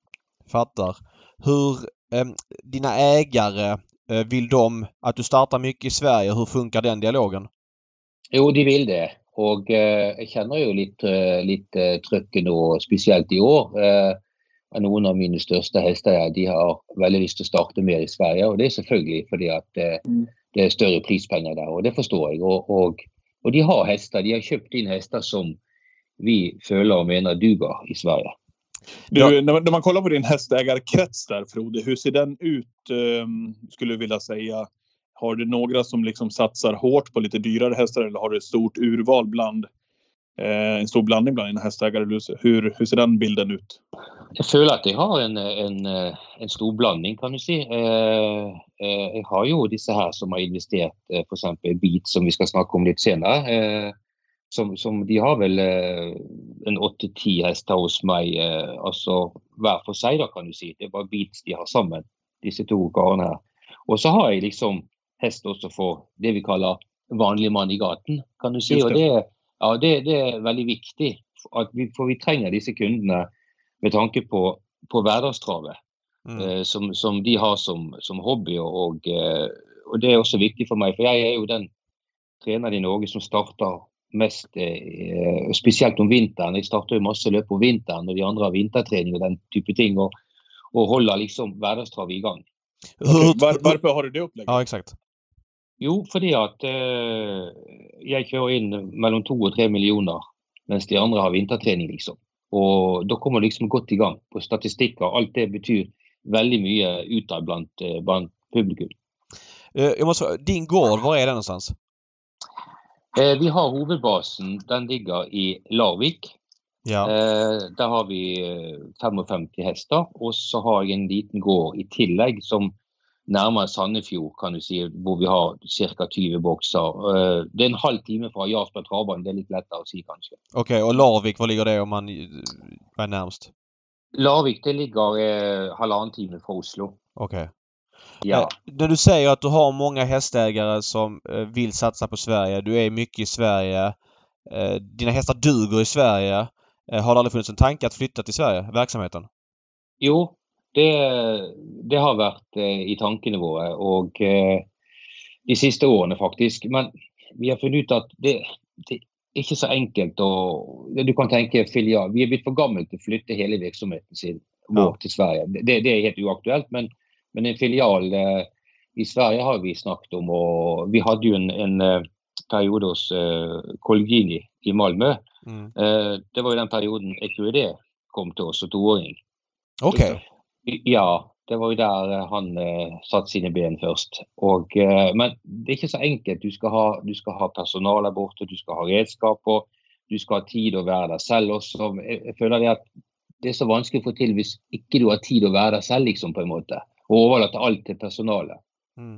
S2: Fattar. Hur eh, dina ägare, eh, vill de att du startar mycket i Sverige? Hur funkar den dialogen?
S3: Jo, de vill det. Och eh, jag känner ju lite, lite trycken då, speciellt i år. Eh, någon av mina största hästar de har väldigt lust att starta mer i Sverige och det är selvfølgelig för det att eh, mm. det är större prispengar där och det förstår jag. Och, och, och de har hästar, de har köpt in hästar som vi följer och menar duger i Sverige.
S1: Du, när, man, när man kollar på din hästägarkrets där Frode, hur ser den ut eh, skulle du vilja säga? Har du några som liksom satsar hårt på lite dyrare hästar eller har du ett stort urval bland eh, en stor blandning bland dina hästägare? Hur, hur ser den bilden ut?
S3: Jag føler at jeg har en, en, en stor blandning, kan du si. Eh, eh, jeg har jo disse her som har investert, eh, for eksempel Beat, som vi skal snakke om litt senere. Eh, som, som de har vel eh, en åtte til ti hester hos meg, eh, altså hver for seg da, kan du si. Det er bare Beats de har sammen, disse to karene her. Og så har jeg liksom hest også for det vi kaller vanlig mann i gaten, kan du si. Og det, ja, det, det er veldig viktig, at vi, for vi trenger disse kundene med tanke på, på hverdagstravet mm. eh, som, som de har som, som hobby. Og, eh, og det er også viktig for meg, for jeg er jo den treneren i Norge som starter mest, eh, spesielt om vinteren. Jeg starter jo masse løp om vinteren, og de andre har vintertrening og den type ting, og, og holder liksom hverdagstravet i gang.
S1: Okay. Var, varför har du det upplägget?
S2: Ja, exakt.
S3: Jo, fordi at eh, jeg kjører inn mellom to og tre millioner, mens de andre har vintertrening liksom. Og da kommer liksom godt i gang på statistikker. Alt det betyr väldigt mycket utad bland, bland publikum.
S2: Jag måste, din gård, var är den någonstans?
S3: Eh, vi har huvudbasen, den ligger i Larvik. Ja. Eh, där har vi femogfemtio hästar och så har jag en liten gård i tillägg som närmare Sandefjord kan du säga, hvor vi har cirka tjugo boxar. Eh, det är en halv timme från Jarlsberg travbanan, det är lite lättare att säga kanske.
S2: Okej, okay, och Larvik, var ligger det om man är närmast?
S3: Larvik, det ligger eh, halvannan timme från Oslo.
S2: Okej. Okay.
S3: Ja.
S2: Eh, när du säger att du har många hästägare som eh, vill satsa på Sverige, du är mycket i Sverige, eh, dina hästar duger i Sverige. Eh, har det aldrig funnits en tanke att flytta till Sverige, verksamheten?
S3: Jo, det, det har varit eh, i tankene våre och eh, de sista åren faktiskt. Men vi har funnit ut att det, det är inte så enkelt och du kan tänka filial. Vi har blivit för gamla att flytta hela verksamheten sin ja. till Sverige. Det, det är helt oaktuellt, men Men en filial eh, i Sverige har vi snackat om och vi hade ju en, en eh, period hos eh, Colgini i Malmö. Mm. Eh, det var ju den perioden E Q E D kom till oss och toåring.
S2: Okej. Okay.
S3: Ja, Det var jo der eh, han eh, satt sine ben først. Og, eh, men det er ikke så enkelt. Du skal ha, du skal ha personal der borte, du skal ha redskap, og du skal ha tid å være der selv også. Jeg, jeg føler det at det er så vanskelig å få til hvis ikke du har tid å være der selv, liksom, på en måte. Og overlate alt til personalet.
S2: Mm.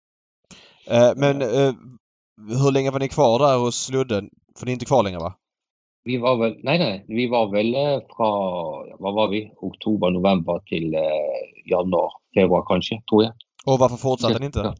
S2: Eh, men eh, hur länge var ni kvar där hos Ludde? För ni är inte kvar längre, va?
S3: Vi var vel, nei, nei, vi var vel eh, fra, hva var vi? Oktober, november til eh, januar, februar kanskje, tror jeg.
S2: Och varför fortsatte ni inte?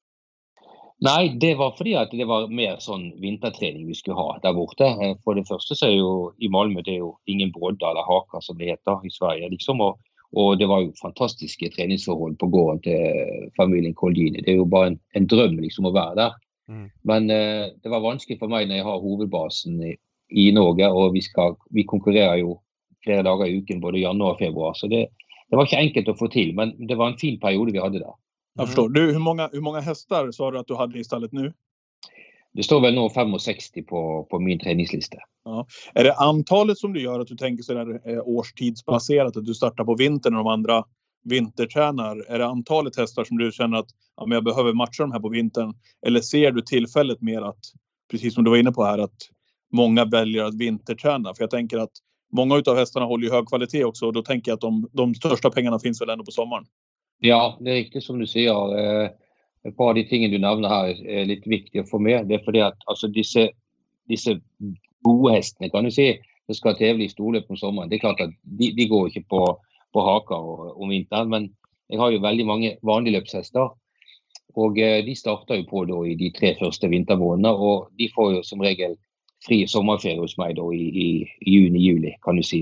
S3: Nei, det var fordi at det var mer sånn vintertrening vi skulle ha der borte. Eh, For det første så er jo i Malmö det er jo ingen brodder eller haker som det heter i Sverige, liksom. Og, og det var jo fantastiske treningsforhold på gården til familien Koldini. Det er jo bare en, en drøm liksom å være der.
S2: Mm.
S3: Men eh, det var vanskelig for meg når jeg har hovedbasen i, i Norge, og vi, skal, vi konkurrerer jo flere dager i uken, både januar og februar. Så det, det var ikke enkelt å få til, men det var en fin periode vi hadde der.
S1: Jag förstår. Du, hur många, hur många hästar sa du att du hade i stallet nu?
S3: Det står vel nå femogseksti på, på min treningsliste.
S1: Ja. Är det antalet som du gör att du tänker sådär eh, årstidsbaserat, att du startar på vintern och de andra vintertränar? Är det antalet hästar som du känner att ja, men jag behöver matcha de här på vintern? Eller ser du tillfället mer att, precis som du var inne på här, att många väljer att vinterträna? För jag tänker att många av hästarna håller ju hög kvalitet också, och då tänker jag att de, de största pengarna finns väl ändå på sommaren.
S3: Ja, det er riktig som du sier. Eh, Et par av de tingene du nevner her er litt viktig å få med. Det er fordi at altså, disse, disse gode hestene, kan du si, det skal tevle i storløp om sommeren. Det er klart at de, de går ikke på, på haker og, om vinteren, men jeg har jo veldig mange vanlige løpshester. Og eh, de starter jo på da, i de tre første vintermånedene, og de får jo som regel fri sommerferie hos meg da, i, i, i juni-juli, kan du si.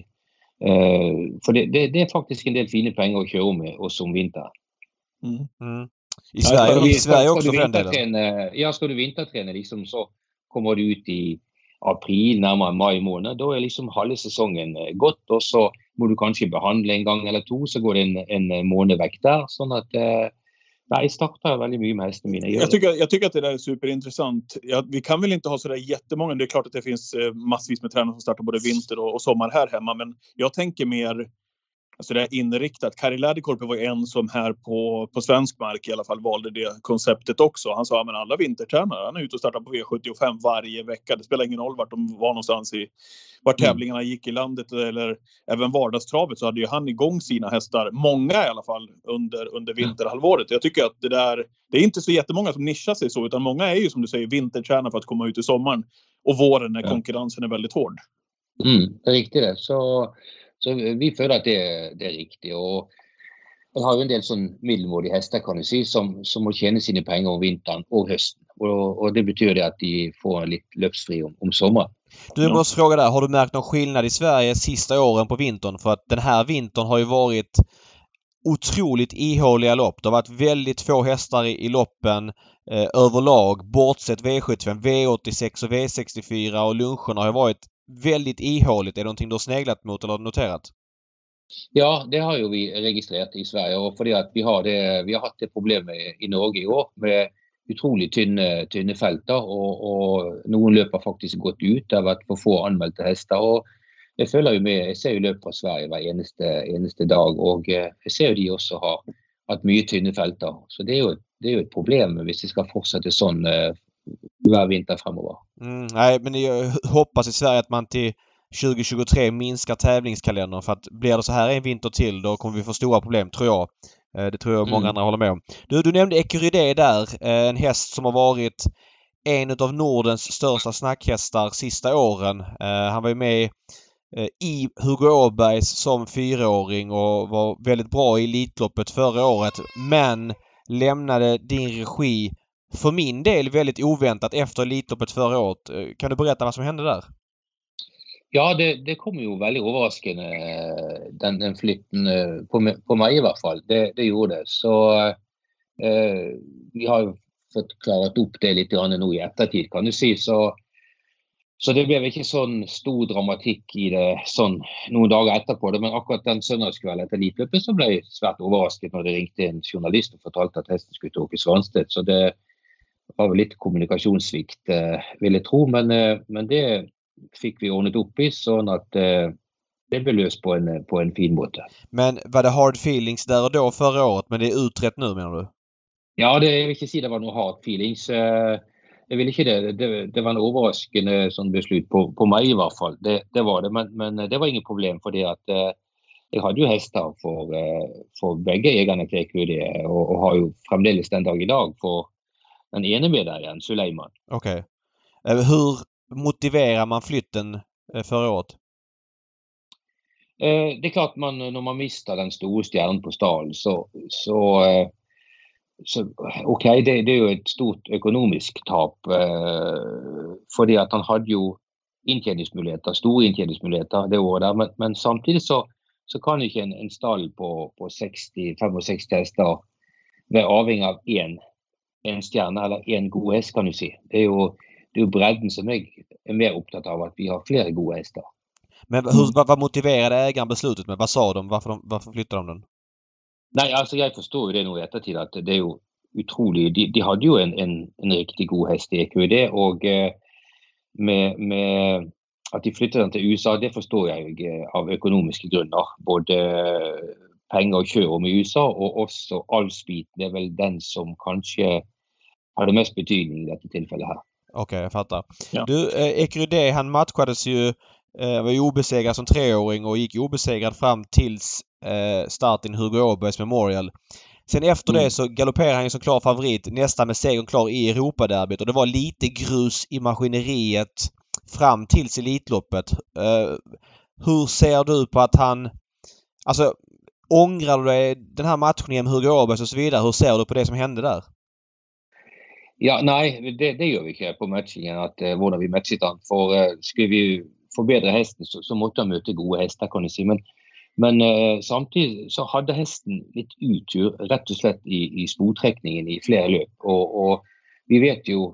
S3: Eh, for det, det, det er faktisk en del fine penger å kjøre med oss om vinteren.
S2: Mm. Mm. I Sverige,
S3: ja,
S2: i Sverige också för den
S3: delen. Ja, skal du vintertrene liksom, så kommer du ut i april, nærmere mai måned. Da er liksom halve sesongen gått, og så må du kanskje behandle en gang eller to, så går det en, en måned vekk der. Sånn at eh, jeg startar väldigt mycket med hästen mina.
S1: Jag tycker, jag tycker att det där är superintressant. Ja, vi kan väl inte ha så där jättemånga. Det är klart att det finns eh, massvis med tränare som startar både vinter och, och sommar här hemma. Men jag tänker mer alltså det är inriktat. Kari Läderkorpi var en som här på, på svensk mark i alla fall valde det konceptet också. Han sa att alla vintertränare, han är ute och startar på V sjuttiofem varje vecka. Det spelar ingen roll vart de var någonstans i vart tävlingarna gick i landet eller även vardagstravet, så hade ju han igång sina hästar, många i alla fall, under, under vinterhalvåret. Jag tycker att det där, det är inte så jättemånga som nischar sig så, utan många är ju som du säger vintertränare för att komma ut i sommaren och våren när konkurrensen är väldigt hård.
S3: Mm, det är riktigt det. Så Så vi føler at det, det er riktig, og jeg har jo en del sånn middelmådige hester, kan du si, som, som må tjene sine penger om vinteren og høsten. Og, och det betyder det att de får lite löpsfri om, om sommaren.
S2: Du, jag måste fråga där, har du märkt någon skillnad i Sverige sista åren på vintern? För att den här vintern har ju varit otroligt ihåliga lopp. Det har varit väldigt få hästar i, i loppen eh, överlag, bortsett V sjuttiofem, V åttiosex och V sextiofyra, och luncherna har ju varit väldigt ihåligt. Är det någonting du har sneglat mot eller noterat?
S3: Ja, det har jo vi registrert i Sverige, og fordi at vi har, det, vi har hatt det problemet i Norge i år med utrolig tynne, tynne felter, og, og noen løp har faktisk gått ut. Det har vært for få anmeldte hester, og jeg føler jo med, jeg ser jo løp fra Sverige hver eneste, eneste dag, og jeg ser jo de også har hatt mye tynne felter. Så det er jo, det er jo et problem hvis det skal fortsette sånn hver vinter fremover.
S2: Mm, nej, men jag hoppas i Sverige att man till tjugo tjugotre minskar tävlingskalendern, för att blir det så här en vinter till, då kommer vi få stora problem, tror jag. Det tror jag många mm. andra håller med om. Du, du nämnde Ecuride där, en häst som har varit en av Nordens största snackhästar sista åren. Han var ju med i Hugo Åbergs som fyraåring och var väldigt bra i Elitloppet förra året, men lämnade din regi för min del väldigt oväntat efter Elitloppet förra året. Kan du berätta vad som hände där?
S3: Ja, det, det kom jo veldig overraskende, den, den flytten på, på meg i hvert fall. Det, det gjorde det. Så eh, vi har jo fått klaret opp det litt nå i ettertid, kan du si. Så, så det ble ikke sånn stor dramatikk i det sånn noen dager etterpå. Det, men akkurat den søndagskvelden etter Elitløpet så ble jeg svært overrasket når det ringte en journalist og fortalte at hesten skulle til Åke Svanstedt. Så det var vel litt kommunikasjonssvikt, eh, vil jeg tro. Men, eh, men det fikk vi ordnet opp i, sånn at eh, det ble løst på en, på en fin måte.
S2: Men var det hard feelings där och då förra året, men det är utrett nu menar du?
S3: Ja, det, jeg vil ikke si det var noe hard feelings. Eh, Jeg vil ikke det. Det, det var en overraskende sånn beslut på, på meg i hvert fall. Det, det var det, men, men det var ingen problem for det at eh, jeg hadde jo hester for, eh, for begge egerne til E Q D, og, og har jo fremdeles den dag i dag for den ene med der igjen, Suleiman.
S2: Okej. Okay. Hur motiverar man flytten förra året?
S3: Eh, det er klart man, når man mister den store stjernen på stallen, så, så eh, Så, ok, det, det er jo et stort økonomisk tap, eh, fordi at han hadde jo inntjeningsmuligheter, store inntjeningsmuligheter det året der, men, men samtidig så, så kan ikke en, en stall på, på seksti til femogseksti hester være avhengig av en, en stjerne eller en god hest, kan du si. Det er jo, det er jo bredden som jeg er mer opptatt av, at vi har flere gode hester.
S2: Men hur, vad, vad motiverade ägaren beslutet med? Vad sa de? Varför, de, varför flyttade de den?
S3: Nei, altså jeg forstår jo det nå i ettertid at det er jo utrolig. De, de hadde jo en, en, en riktig god hest i E Q D, og eh, med, med at de flyttet den til U S A, det forstår jeg jo av økonomiske grunner. Både penger og kjør om i U S A, og også avlsbiten. Det er vel den som kanskje har det mest betydning i dette tilfellet her.
S2: Okej, okay, jag fattar.
S1: Ja.
S2: Du, eh, E Q D, han matchades ju, eh, var ju obesegrad som treåring och gick obesegrad fram tills eh, starten i Hugo Åbergs Memorial. Sen efter mm. det så galopperar han ju som klar favorit, nästan med segern klar i Europaderbyt, och det var lite grus i maskineriet fram tills Elitloppet. Eh, hur ser du på att han, alltså ångrar du dig den här matchningen med Hugo Åbergs och så vidare? Hur ser du på det som hände där?
S3: Ja, nei, det, det gjør vi ikke på matchingen, at uh, hvordan vi matchet han. For uh, skulle vi forbedre hesten, så, så måtte han møte gode hester, kan du si. Men, men uh, samtidig så hadde hesten litt uttur, rett og slett i, i sportrekningen i flere løp. Og, og vi vet jo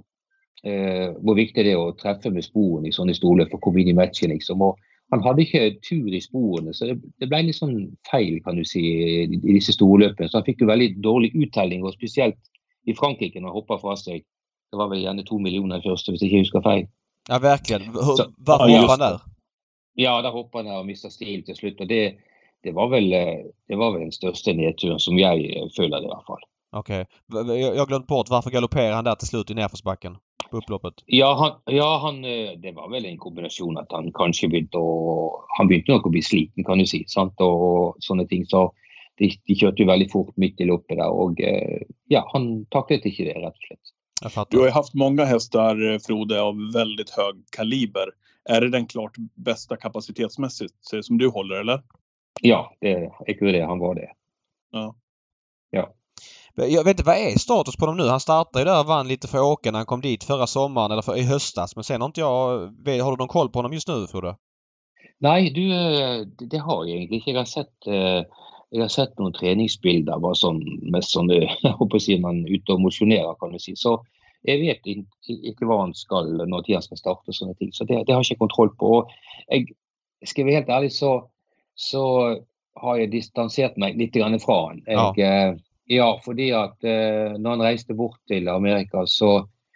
S3: uh, hvor viktig det er å treffe med sporene i sånne storløp for å komme inn i matchen, liksom. Og han hadde ikke tur i sporene, så det, det ble litt sånn feil, kan du si, i, i disse storløpene. Så han fikk jo veldig dårlig uttelling, og spesielt i Frankrike när han hoppar fra sig. Det var väl gärna två miljoner först, hvis jag husker feil.
S2: Ja, verkligen. Hur,
S3: så,
S2: varför
S3: ja,
S2: hoppade han där?
S3: Ja, där hoppade han och missade stil till slut. Och det, det, var väl, det var väl den största nedturen som jag følte i alla fall.
S2: Okej. Okay. Jag har glömt bort, varför galopperar han där till slut i nedförsbacken på upploppet?
S3: Ja, han, ja han, det var väl en kombination att han kanske begynte å, han begynte nok å bli sliten, kan du si. Sant? Og sånne ting. Så De, de kjørte jo veldig fort mitt i loppet där, och ja, han taklet inte det rätt och slett.
S1: Du har ju haft många hästar, Frode, av väldigt hög kaliber. Är det den klart bästa kapacitetsmässigt som du håller, eller?
S3: Ja, det är det, han var det.
S1: Ja.
S3: Ja.
S2: Jag vet inte, vad är status på dem nu? Han startade ju där och vann lite för åken när han kom dit förra sommaren, eller för, i höstas. Men sen har inte jag... Har du någon koll på honom just nu, Frode?
S3: Nej, du, det, det har jag egentligen inte. Jag har sett... Jeg har sett noen treningsbilder, bare sånn, mest sånn, jeg håper å si man er ute og motionerer, kan du si. Så jeg vet ikke, ikke hva han skal, når tiden skal starte og sånne ting. Så det, det har jeg ikke kontroll på. Og jeg skal være helt ærlig, så, så har jeg distansert meg litt grann fra han. Jeg, ja. ja, fordi at når han reiste bort til Amerika, så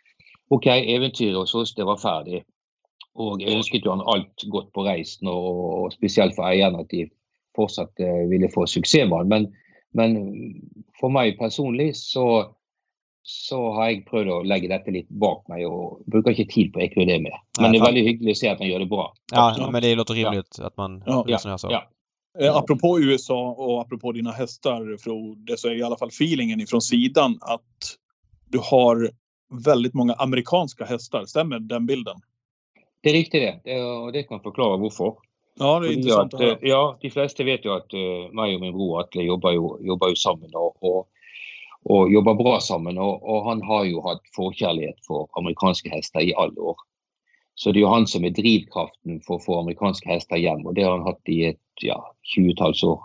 S3: ok, eventyret og så, det var ferdig. Og jeg ønsket jo han alt godt på reisen, og spesielt for eierne at de fortsatt uh, ville få suksess med, men, men for meg personlig så, så har jeg prøvd å legge dette litt bak meg og bruker ikke tid på E Q D med. Men
S2: Nej,
S3: det är väldigt hyggligt att se att han gör det bra.
S2: Ja, Absolut. Men det låter rimligt ja. Att man
S1: ja.
S2: Ja. Som jag sa.
S3: Ja.
S1: Eh, apropå U S A och apropå dina hästar, Frode, så är i alla fall feelingen ifrån sidan att du har väldigt många amerikanska hästar. Stämmer den bilden?
S3: Det är riktigt det, det och det kan förklara varför.
S1: Ja, det är intressant
S3: att, att ja, de flesta vet ju att uh, mig och min bror Atle jobbar ju, jobbar ju sammen och, och, och jobbar bra sammen. Och, och han har ju haft förkärlighet för amerikanska hästar i alla år. Så det är ju han som är drivkraften för att få amerikanska hästar hem. Och det har han haft i ett ja, tjugo-tals år.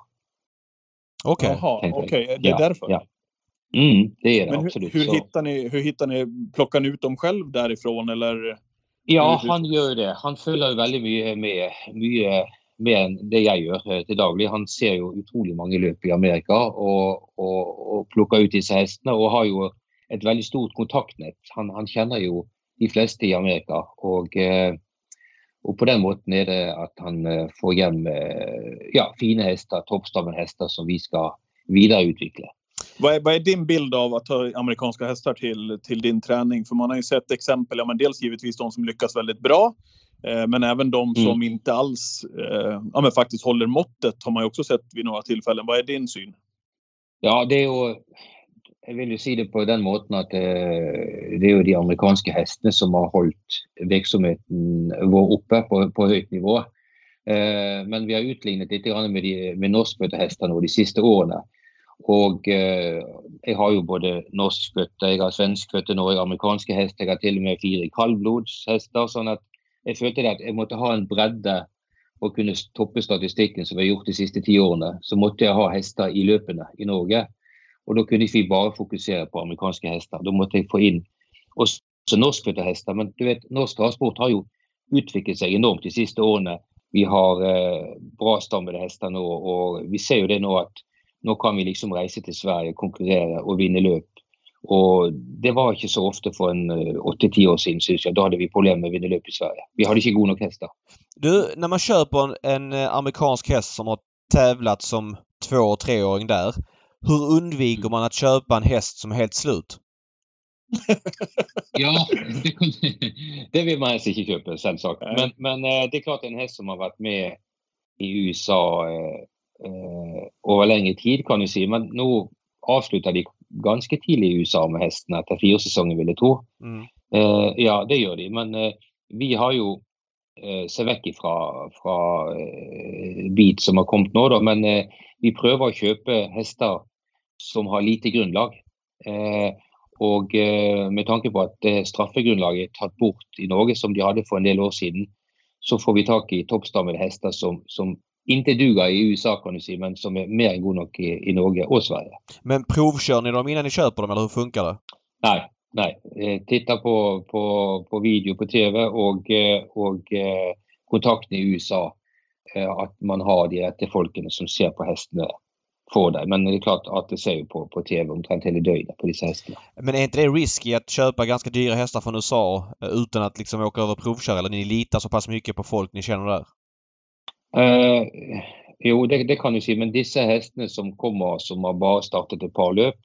S1: Okej, okay. okay. Det är
S3: ja,
S1: därför.
S3: Ja. Mm, det är det
S1: Men
S3: absolut.
S1: Hur, hur, hittar ni, hur hittar ni, plockar ni ut dem själv därifrån eller?
S3: Ja, han gör det. Han följer ju väldigt mycket med, mycket med det jag gör till daglig. Han ser ju otroligt många löp i Amerika och, och, och plockar ut dessa hästarna och har ju ett väldigt stort kontaktnät. Han, han känner ju de flesta i Amerika och, Och på den måten är det att han eh, får hem eh, ja, fina hästar, toppstammen hästar som vi ska vidareutveckla.
S1: Vad är, vad är din bild av att ta amerikanska hästar till, till din träning? För man har ju sett exempel, ja, men dels givetvis de som lyckas väldigt bra, eh, men även de som mm. inte alls eh, ja, men faktiskt håller måttet har man ju också sett vid några tillfällen. Vad är din syn?
S3: Ja, det är ju, jag vill ju si det på den måten att eh, det är ju de amerikanska hästarna som har hållit verksamheten vår uppe på, på högt nivå. Eh, men vi har utlignat lite grann med, de, med norskfödda hästarna de sista åren. Och eh, jag har ju både norskfödda, jag har svenskfödda och amerikanska hästar, jag har till och med fyra kallblodshästar, så att jag følte att jag måste ha en bredde och kunna toppa statistiken som vi har gjort de sista tio åren. Så måste jag ha hästar i löpene i Norge. Och då kunde vi bara fokusera på amerikanska hästar. Då måste jag få in också norskfödda hästar. Men du vet, norsk travsport har ju utvecklat sig enormt de sista åren. Vi har eh, bra stammade hästar nu, och vi ser ju det nu att nu kan vi liksom resa till Sverige, konkurrera och vinna löp. Och det var inte så ofta för en åtta till tio år sedan, syns jag. Då hade vi problem med att vinna löp i Sverige. Vi hade inte god nog hästar.
S2: Du, när man köper en, en amerikansk häst som har tävlat som två- och treåring där, hur undviker man att köpa en häst som är helt slut?
S3: Ja, det, det vill man inte köpa, sen sak. Men, men det är klart en häst som har varit med i U S A eh, över längre tid kan du säga. Men nu avslutar de ganska tidigt i U S A med hästen, att det är fyra säsonger vill jag tro. Mm. Eh, ja, det gör de. Men eh, vi har ju eh, se vekk ifra, fra eh, bit som har kommit nu då. Men eh, vi prövar att köpa hästar som har lite grundlag. Eh, och eh, med tanke på att eh, straffegrundlaget tatt bort i Norge som de hade för en del år sedan, så får vi tag i toppstammade hästar som, som inte duger i U S A kan du säga, men som är mer än god nog i, i Norge och Sverige.
S2: Men provkör ni dem innan ni köper dem, eller hur funkar det?
S3: Nej, nej. Eh, titta på, på, på video på tv och, eh, och eh, kontakten i U S A. Eh, att man har de rätta folken som ser på hästarna för dig. Men det är klart att det ser ju på, på tv omtrent hela döden på dessa hästarna.
S2: Men är inte det risky att köpa ganska dyra hästar från U S A utan att liksom åka över provkör? Eller ni litar så pass mycket på folk ni känner där?
S3: Uh, jo, det, det kan du säga. Men dessa hästarna som kommer som har bara startat ett par löp,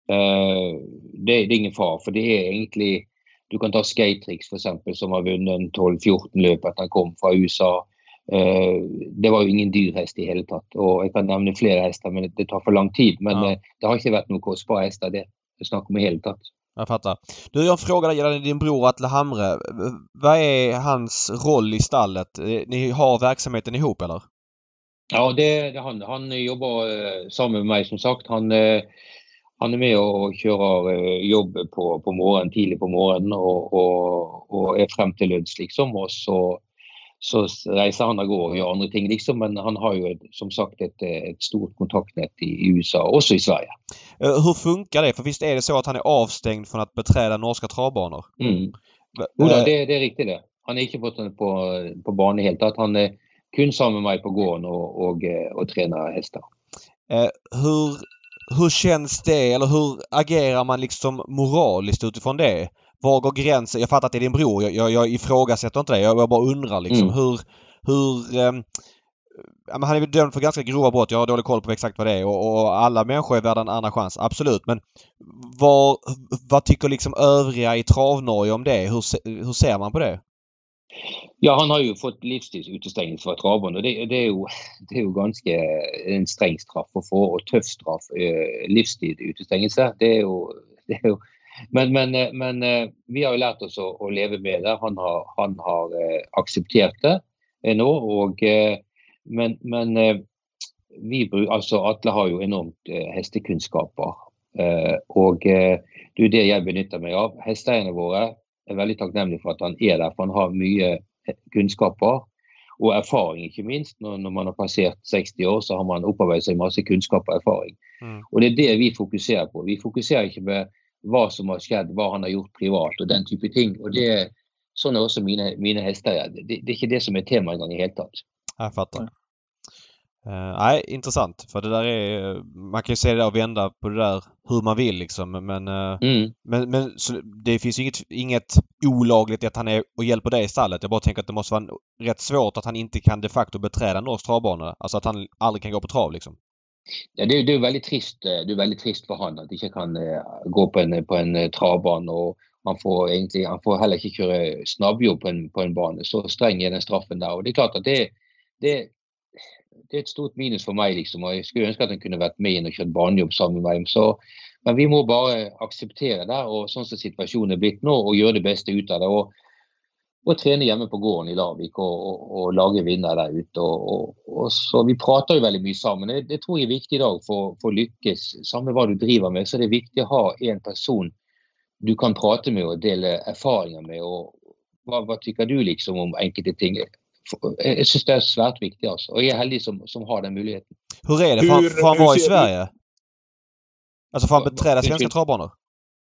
S3: uh, det, det är ingen fara. För det är egentligen, du kan ta Skatetrix för exempel som har vunnit tolv fjorton löp att han kom från U S A. Uh, det var ju ingen dyr häst i hela tatt. Och jag kan nämna flera hästar, men det tar för lång tid. Men ja. uh, det har inte varit några kostbara hästar det. Det snackar om i hela tatt.
S2: Jag fattar. Du, jag frågade gällande din bror Atle Hamre. Vad är hans roll i stallet? Ni har verksamheten ihop, eller?
S3: Ja, det, det han. Han jobbar eh, samman med mig som sagt. Han, eh, han är med och kör eh, jobb på, på morgonen, tidigt på morgonen och, och, och är fram till lunch liksom. Och så, så reser han och går och gör andra ting liksom. Men han har ju ett, som sagt ett, ett stort kontaktnät i, i U S A, också i Sverige.
S2: Hur funkar det? För visst är det så att han är avstängd från att beträda norska travbanor?
S3: Mm. Jo, då, det, det är riktigt det. Han är inte på, på, på banan helt. Att han är kun sammen med mig på gården och, och, och tränar hästar.
S2: Eh, hur, hur känns det? Eller hur agerar man liksom moraliskt utifrån det? Var går gränsen? Jag fattar att det är din bror. Jag, jag, jag ifrågasätter inte det. Jag, jag bara undrar liksom. Mm. Hur... hur eh, han är väl dömd för ganska grova brott. Jag har dålig koll på exakt vad det är. Och, och alla människor är värda en andra chans. Absolut. Men vad, vad tycker liksom övriga i Travnorge om det? Hur, hur ser man på det?
S3: Ja, han har ju fått livstidsutestängning för travband. Och det, det, är ju, det är ju ganska en sträng straff att få. Och tuff straff. Eh, livstidsutestängelse. Det är ju... Det är ju men, men, men vi har ju lärt oss att, att leva med det. Han har, han har eh, accepterat det eh, nu. Och... Eh, Men, men eh, vi, alltså Atle har ju enormt eh, hästekunskaper eh, och eh, det är det jag benyttar mig av. Hästägarna våra är väldigt tacknämliga för att han är där, för han har mycket kunskaper och erfaring, inte minst. När, när man har passerat sextio år så har man upparbetat sig massa kunskap och erfaring. Mm. Och det är det vi fokuserar på. Vi fokuserar inte på vad som har skett, vad han har gjort privat och den typen av ting. Och det är sådana också mina, mina hästar. Det, det är inte det som är tema en gång i helt tatt.
S2: Jag fattar. Uh, nej, intressant. För det där är... Man kan ju se det där och vända på det där hur man vill liksom. Men, uh,
S3: Mm.
S2: men, men så det finns ju inget, inget olagligt i att han är och hjälper dig i stallet. Jag bara tänker att det måste vara rätt svårt att han inte kan de facto beträda norsk travbana. Alltså att han aldrig kan gå på trav liksom.
S3: Ja, det, det är väldigt trist. Det är väldigt trist för han att inte kan uh, gå på en, på en uh, travbana och han får egentlig, han får heller ikke kjøre snabbjobb på en, på en bane. Så streng er den straffen der. Og det er klart at det, det, det er et stort minus for meg, liksom. Og jeg skulle ønske at han kunne vært med inn og kjørt banejobb sammen med meg. Så, men vi må bare akseptere det, og sånn som situasjonen er blitt nå, og gjøre det beste ut av det. Og, og trene hjemme på gården i Larvik, og, og, og lage vinner der ute. Og, og, og så vi prater jo veldig mye sammen. Det, det tror jeg er viktig i dag for, for å lykkes. Samme hva du driver med, så er det viktig å ha en person du kan prate med och dela erfarenheter med. Och vad, vad tycker du liksom om enkelte ting? Jag syns det är svärt viktigt alltså. Och jag är heldig som, som har den möjligheten.
S2: Hur är det? Får han, får han vara i Sverige? Du... Alltså får han beträda svenska travbanor?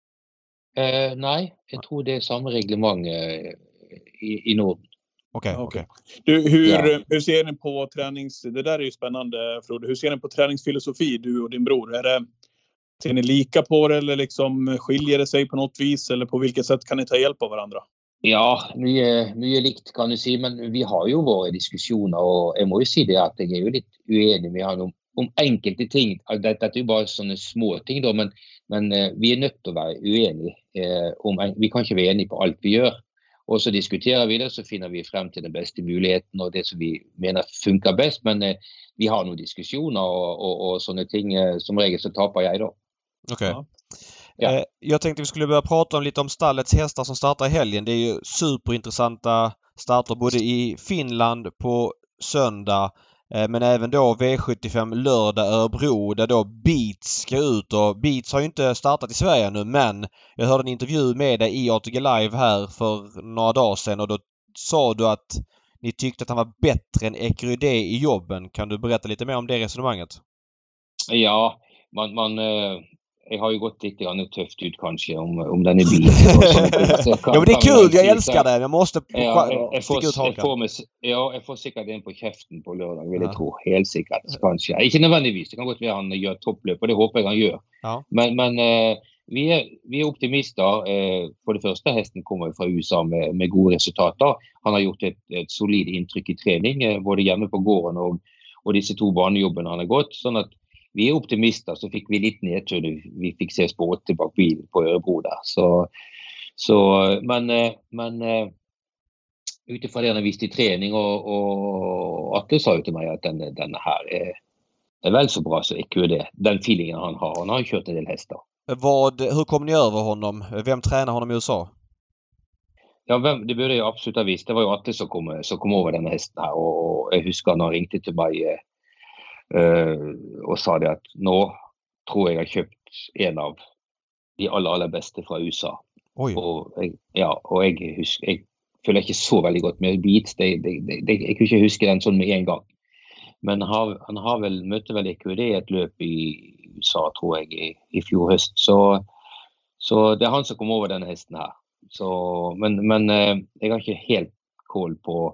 S3: Eh, nej, jag tror det är samma reglement eh, i, i Norden.
S2: Okej, okay, okej.
S1: Okay. Du, hur, ja. hur ser ni på tränings... Det där är ju spännande, Frode. Hur ser ni på träningsfilosofi, du och din bror? Är det... Ser ni lika på det eller liksom skiljer det sig på något vis? Eller på vilket sätt kan ni ta hjälp av varandra?
S3: Ja, mye, mye likt kan du si, men vi har ju våra diskussioner och jag måste ju säga att jag är ju lite uenig med honom om, om enkelte ting. Det, det är ju bara sådana små ting då, men, men vi är nödt att vara ueniga. Eh, om, vi kan inte vara eniga på allt vi gör. Och så diskuterar vi det, så finner vi frem till den bästa möjligheten och det som vi menar funkar bäst. Men eh, vi har nog diskussioner och, och, och sådana ting. Eh, som regel så tappar jag då.
S2: Okej. Okay. Ja. Eh, jag tänkte vi skulle börja prata om lite om stallets hästar som startar i helgen. Det är ju superintressanta starter både i Finland på söndag eh, men även då V sjuttiofem lördag Örebro där då Beats ska ut. Och Beats har ju inte startat i Sverige nu, men jag hörde en intervju med dig i A T G Live här för några dagar sedan och då sa du att ni tyckte att han var bättre än Ecurydé i jobben. Kan du berätta lite mer om det resonemanget?
S3: Ja, man... man eh... Jag har ju gått lite grann tufft ut kanske om, om den är bil.
S2: Ja, men det är kul. Jag älskar det. Jag måste
S3: ja, jag, jag får, ut jag får med, ja, jag får säkert en på käften på lördag, vill jag ja. tro. Helt säkert, kanske. Inte nödvändigtvis. Det kan gott vara han gör topplöp och det hoppas jag han gör.
S2: Ja.
S3: Men, men eh, vi, är, vi är optimister. Eh, för det första, hästen kommer från U S A med, med goda resultat. Han har gjort ett, ett solid intryck i träning, eh, både hemma på gården och, och dessa två banejobben han har gått. Så att vi är optimister, så fick vi lite nedtur. Vi fick se spåret tillbaka bil på Örebro där. Så, så, men men utifrån det han har visst i träning och, och att det sa ju till mig att den, den här är, är väl så bra så Ecurydé. Den feelingen han har. Han har ju kört en del hästar.
S2: Vad, hur kom ni över honom? Vem tränar honom i U S A?
S3: Ja, vem, det borde jag absolut ha visst. Det var ju Atle som kom, som kom över den hästen här. Och, och jag huskar när han ringde till mig Uh, och sa det att nå tror jag har köpt en av de allra, allra bästa från U S A.
S2: Oj.
S3: Och jag, ja, och jag husker, jag följer inte så väldigt gott med Beats. Det, det, det, det, jag kan inte huska den sån med en gång. Men har, han har väl mötte väl Ecurydé ett löp i U S A tror jag i, i fjol höst. Så, så det är han som kom över den hästen här. Så, men men uh, jag har inte helt koll på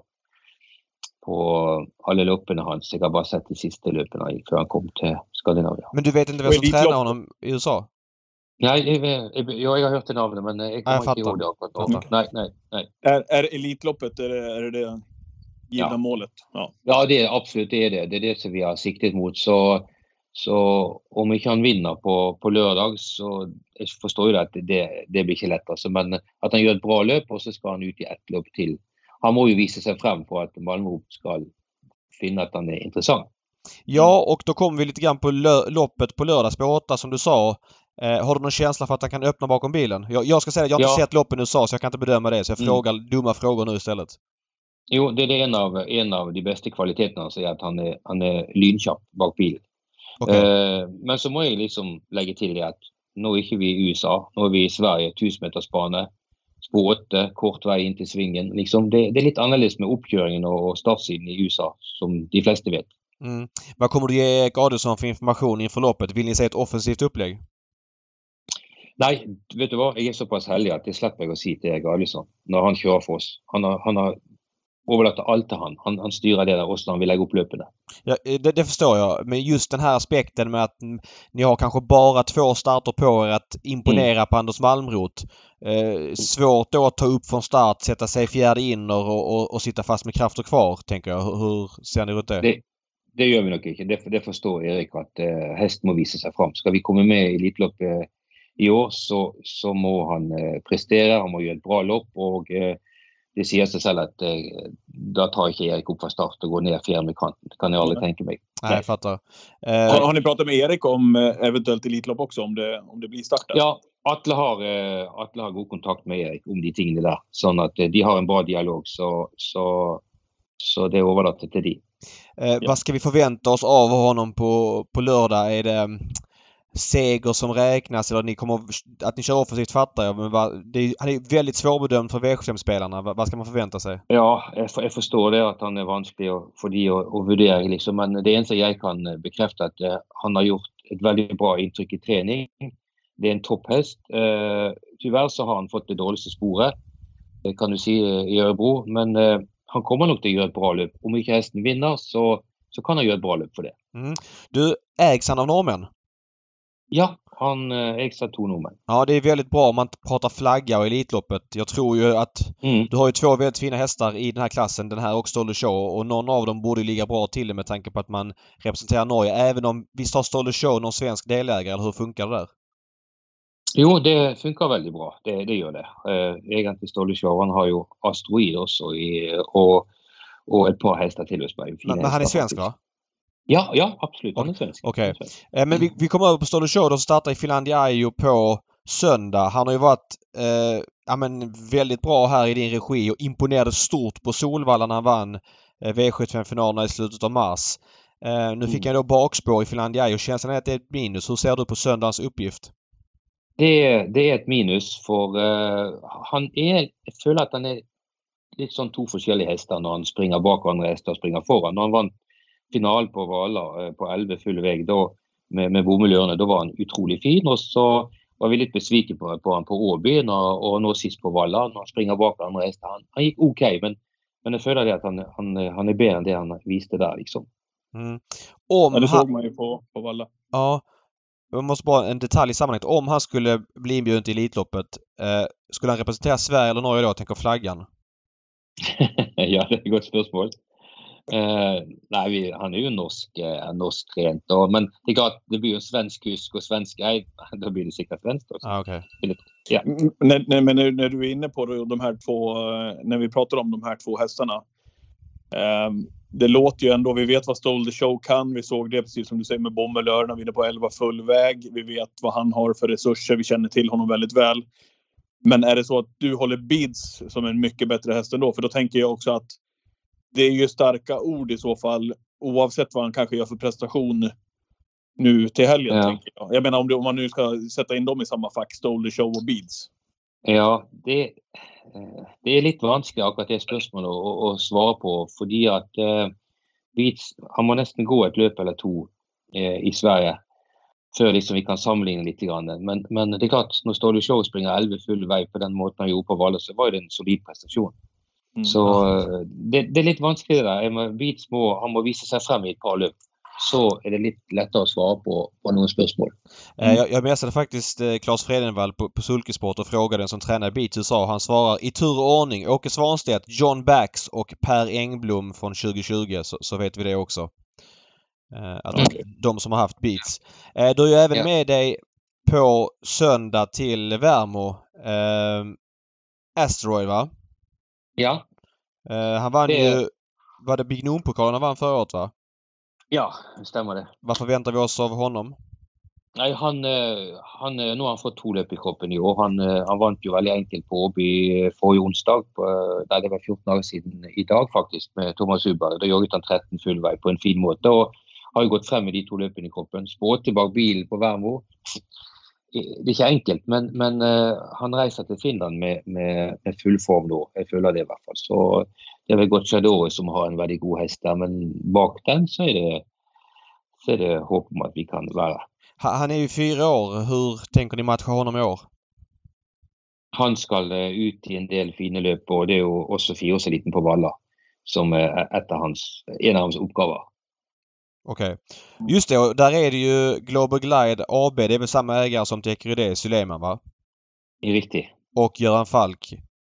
S3: på alla löpen hans. Jag har bara sett de sista löpen för han kom till Skandinavien.
S2: Men du vet inte vem som tränar honom i U S A?
S3: Nej, jag, jag, jag har hört det namnet men jag kommer
S2: jag
S3: inte ihåg det. Nej, nej, nej.
S1: Är, är Elitloppet, är det är det, det givna ja. målet? Ja.
S3: Ja, det är absolut det är det. Det är det som vi har siktat mot. Så, så om vi kan vinna på, på lördag så jag förstår ju att det, det blir inte lätt. Alltså, men att han gör ett bra löp och så ska han ut i ett lopp till. Han må ju visa sig fram för att Malmö ska finna att han är intressant.
S2: Ja, och då kommer vi lite grann på lö- loppet på lördag, spår åtta som du sa. Eh, har du någon känsla för att han kan öppna bakom bilen? Jag, jag ska säga att jag har ja. inte sett loppen du sa så jag kan inte bedöma det. Så jag mm. frågar dumma frågor nu istället.
S3: Jo, det är en av, en av de bästa kvaliteterna, så att han är, han är lynkjapp bak bilen. Okay. Eh, men så må jag liksom lägga till det att nu är inte vi i U S A, nu är vi i Sverige, tusen meters bane. Spår åtta, kort väg in till svingen. Liksom det, det är lite annorlunda med uppkörningen och startsidan i U S A som de flesta vet.
S2: Mm. Vad kommer du ge Erik Adelsson för information inför loppet? Vill ni se ett offensivt upplägg?
S3: Nej, vet du vad? Jag är så pass heldig att det släpper jag att säga till Erik Adelsson när han kör för oss. Han har, han har overlate alt til han. han. Han styrer det der også når han vill lägga upp löpene.
S2: Ja, det, det förstår jag. Men just den här aspekten med att ni har kanske bara två starter på er att imponera mm. på Anders Malmrot. Eh, svårt då att ta upp från start, sätta sig fjärde inner och, och, och sitta fast med krafter kvar, tänker jag. Hur, hur ser ni ut det?
S3: det? Det gör vi nog inte. Det, det förstår Erik att eh, hästen må visa sig fram. Ska vi komma med i Elitlopp eh, i år så, så må han eh, prestera, han må göra ett bra lopp och eh, det säger sig själv att eh, då tar inte Erik upp från start och går ner fjärde med kanten. Det kan jag aldrig tänka mig.
S2: Nej, jag fattar.
S1: Eh, har, har ni pratat med Erik om eh, eventuellt Elitlopp också om det, om det blir startat?
S3: Ja, Atle har, eh, Atle har god kontakt med Erik om de tingene där. Så att eh, de har en bra dialog så, så, så det är överlatt till de.
S2: Eh, ja. Vad ska vi förvänta oss av honom på, på lördag? Är det seger som räknas eller ni kommer att ni kör offensivt, fattar jag, men va, det är, han är väldigt svårbedömd för V sjuttiofem-spelarna. Va, vad ska man förvänta sig?
S3: Ja, jag, jag förstår det att han är vansklig för de att, att värdera liksom, men det enda jag kan bekräfta att eh, han har gjort ett väldigt bra intryck i träning. Det är en topphäst. Eh, tyvärr så har han fått det dåligaste spåret, det kan du se i Örebro, men eh, han kommer nog att göra ett bra löp. Om inte hästen vinner så, så kan han göra ett bra löp för det.
S2: Mm. Du, ägs han av norrmän?
S3: Ja, han ägs av två norrmän.
S2: Ja, det är väldigt bra om man pratar flagga och Elitloppet. Jag tror ju att mm. du har ju två väldigt fina hästar i den här klassen, den här och Stolde Show, och någon av dem borde ligga bra till det med tanke på att man representerar Norge. Även om visst har Stolde Show någon svensk delägare, eller hur funkar det där?
S3: Jo, det funkar väldigt bra. Det, det gör det. Eh, Ägaren till Stolde Show, han har ju Asteroid också i, och, och ett par hästar till oss.
S2: Men, men han är svensk, va?
S3: Ja, ja, absolut. Han är svensk.
S2: Okej. Okay. Eh, men vi, vi kommer över på Stolde Show och startar i Finlandia Ajo på söndag. Han har ju varit eh, ja, men väldigt bra här i din regi och imponerade stort på Solvalla när han vann eh, V sjuttiofem-finalerna i slutet av mars. Eh, nu fick mm. han då bakspår i Finlandia Ajo. Känslan är att det är ett minus. Hur ser du på söndagens uppgift?
S3: Det är, det är ett minus för uh, han är, jag följer att han är lite sån två olika hästar när han springer bak andra hästar och springer föran. När han vann final på Valla på elva full väg då med, med bomullörne, då var han otroligt fin, och så var vi lite besviken på, på han på Åby och, och nå sist på Valla när han springer bak andra hästar. Han, han gick okej, okay, men, men jag följer det att han, han, han är bättre än det han visste där liksom.
S2: Mm. Om
S1: ja, det såg
S2: han...
S1: man ju på, på Valla.
S2: Ja. Jag måste bara en detalj i sammanhanget. Om han skulle bli inbjuden till Elitloppet, eh, skulle han representera Sverige eller Norge då? Jag tänker flaggan.
S3: Ja, det är ett gott spörsmål. Eh, nej, vi, han är ju norsk, eh, norsk trent. Och, men det är klart, det blir ju en svensk kusk och svensk, nej, då blir det säkert svenskt också.
S2: Ah, okay.
S3: Ja.
S1: Nej, nej, men när, när du är inne på de här två, när vi pratar om de här två hästarna. Eh, det låter ju ändå, vi vet vad Stolde Show kan. Vi såg det precis som du säger med Bommelörna. Vi är på elva full väg. Vi vet vad han har för resurser. Vi känner till honom väldigt väl. Men är det så att du håller Beads som en mycket bättre häst ändå? För då tänker jag också att det är ju starka ord i så fall. Oavsett vad han kanske gör för prestation nu till helgen. Ja. Tänker jag. jag menar om, det, om man nu ska sätta in dem i samma fack. Stolde Show och Beads.
S3: Ja, det, det är lite vanskligt akkurat det spörsmålet att, att svara på. För att eh, Beads, han må nästan gå ett löp eller två eh, i Sverige för liksom vi kan sammanligna lite grann. Men, men det är klart, när Stolde Show springer elva full väg på den måten han gjorde på Valla, så var det en solid prestation. Mm. Så det, det är lite vanskligt där. Beads må, han må visa sig fram i ett par löp. Så är det lite lättare att svara på, på någon spörsmål.
S2: Mm. Jag, jag messade faktiskt eh, Claes Fredenvall på, på Sulkesport och frågade den som tränar Beats och sa, han svarar i tur och ordning Åke Svanstedt, John Bax och Per Engblom från tjugo tjugo, så, så vet vi det också. Eh, att okay. de som har haft Beats. Eh, du är ju även ja. med dig på söndag till Värmo. Eh, Asteroid, va?
S3: Ja.
S2: Eh, han vann det... ju, var det Big Noon-pokalen han vann förra året, va?
S3: Ja, det stämmer det.
S2: Vad förväntar vi oss av honom?
S3: Nej, han, han, nu har han fått två löp i kroppen i år. Han, han vann ju väldigt enkelt på Åby förra onsdag, på, där det var fjorton dagar sedan idag faktiskt, med Thomas Uberg. Då gjorde han tretton full väg på en fin måte. Då har ju gått fram med de två löpen i kroppen. Spår tillbaka bil på Värmo. Det är inte enkelt, men, men uh, han reser till Finland med, med, med full form då. Jag följer det i alla fall. Så det är väl gott Chadori som har en väldigt god häst där, men bak den så är det, så är det hopp om att vi kan vara.
S2: Han är ju fyra år. Hur tänker ni matcha honom i år?
S3: Han ska uh, ut i en del fina löp och det är ju också fyra så liten på Valla. som är ett av hans, en av hans uppgifter.
S2: Okej. Okay. Just det, och där är det ju Global Glide A B. Det är väl samma ägare som till Ecuride Suleiman, va?
S3: Det är riktigt.
S2: Och Göran Falk.